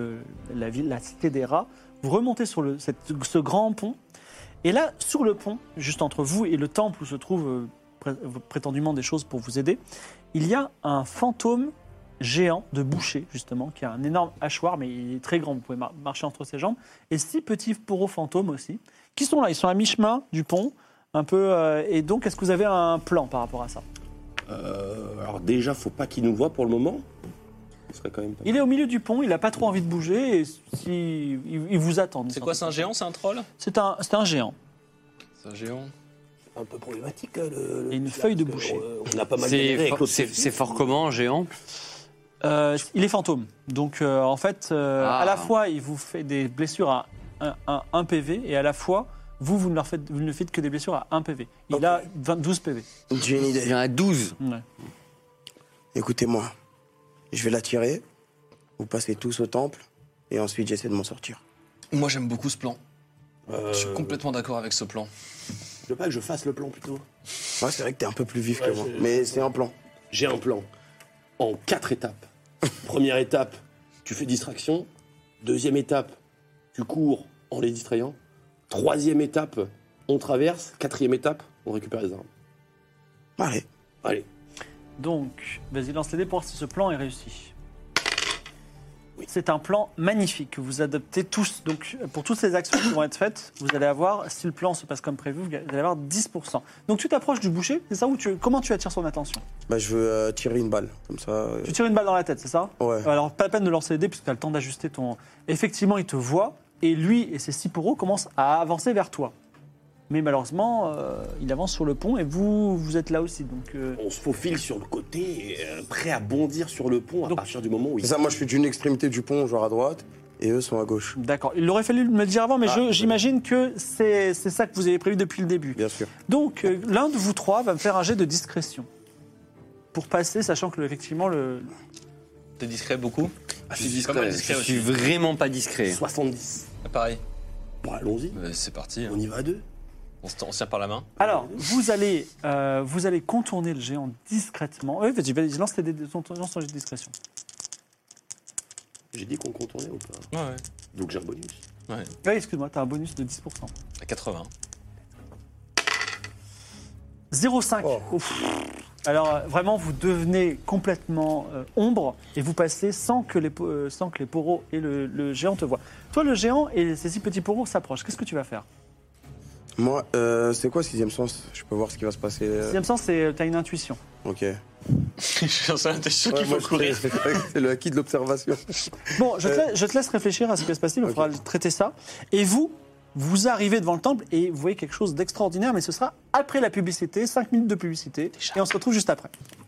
la ville, la cité des rats, vous remontez sur ce grand pont. Et là, sur le pont, juste entre vous et le temple où se trouvent prétendument des choses pour vous aider, il y a un fantôme géant de boucher, justement, qui a un énorme hachoir, mais il est très grand, vous pouvez marcher entre ses jambes, et 6 petits poros fantômes aussi, qui sont là, ils sont à mi-chemin du pont, un peu, et donc, est-ce que vous avez un plan par rapport à ça? Alors déjà, faut pas qu'il nous voit pour le moment. Ce serait quand même pas Il est au milieu du pont, il n'a pas trop envie de bouger, et il vous attend. C'est quoi, c'est un géant, c'est un troll? C'est un géant. C'est un géant. un peu problématique. Et une feuille de boucher. On a pas mal galéré avec l'autre. C'est fort comment, géant? Il est fantôme. Donc, en fait, à la fois, il vous fait des blessures à 1 PV, et à la fois, vous ne le faites que des blessures à 1 PV. Il a 12 PV. J'ai une Il y idée. en a 12. Ouais. Écoutez-moi. Je vais l'attirer. Vous passez tous au temple. Et ensuite, j'essaie de m'en sortir. Moi, j'aime beaucoup ce plan. Je suis complètement d'accord avec ce plan. Je veux pas que je fasse le plan plutôt. Ouais, c'est vrai que t'es un peu plus vif que moi. c'est- Mais c'est un plan. J'ai un plan en 4 étapes. Première étape, tu fais distraction. Deuxième étape, tu cours en les distrayant. Troisième étape, on traverse. Quatrième étape, on récupère les armes. Allez. Allez. Donc, vas-y, lance les dés pour voir si ce plan est réussi. C'est un plan magnifique que vous adoptez tous. Donc, pour toutes ces actions qui vont être faites, vous allez avoir, si le plan se passe comme prévu, vous allez avoir 10%. Donc, tu t'approches du boucher, c'est ça? Comment tu attires son attention? Bah, je veux tirer une balle. Comme ça. Tu tires une balle dans la tête, c'est ça? Ouais. Alors, pas la peine de lancer les dés, puisque tu as le temps d'ajuster ton... Effectivement, il te voit, et lui et ses 6 poros commencent à avancer vers toi. Mais malheureusement, il avance sur le pont, et vous êtes là aussi. Donc, On se faufile sur le côté, prêt à bondir sur le pont à Donc- partir du moment où il... C'est ça, moi, je suis d'une extrémité du pont, genre à droite. Et eux sont à gauche. d'accord. Il aurait fallu me le dire avant, mais j'imagine que c'est ça que vous avez prévu depuis le début. Bien sûr. Donc, l'un de vous trois va me faire un jet de discrétion. Pour passer, sachant que, effectivement, T'es discret beaucoup? Ah, je suis Pas discret. mal Je discret suis aussi. vraiment pas discret. 70. Pareil. Bon, allons-y. C'est parti. hein. On y va à 2. On se tient par la main. Alors, vous allez contourner le géant discrètement. Vas-y, lance ton jet de discrétion. J'ai dit qu'on contournait ou pas? Ouais, Donc j'ai un bonus. ouais. Oui, excuse-moi, tu as un bonus de 10%. À 80. 0,5. Ouf. Alors, vraiment, vous devenez complètement ombre et vous passez sans que les poros et le géant te voient. Toi, le géant et ces 6 petits poros s'approchent. Qu'est-ce que tu vas faire? Moi, c'est quoi sixième sens? Je peux voir ce qui va se passer. Sixième sens, c'est tu as une intuition. Ok. T'es sûr Ouais, qu'il moi, faut courir. c'est le acquis de l'observation. Bon, je te laisse réfléchir à ce qui va se passer, il faudra traiter ça. Et vous arrivez devant le temple et vous voyez quelque chose d'extraordinaire, mais ce sera après la publicité, 5 minutes de publicité, et on se retrouve juste après.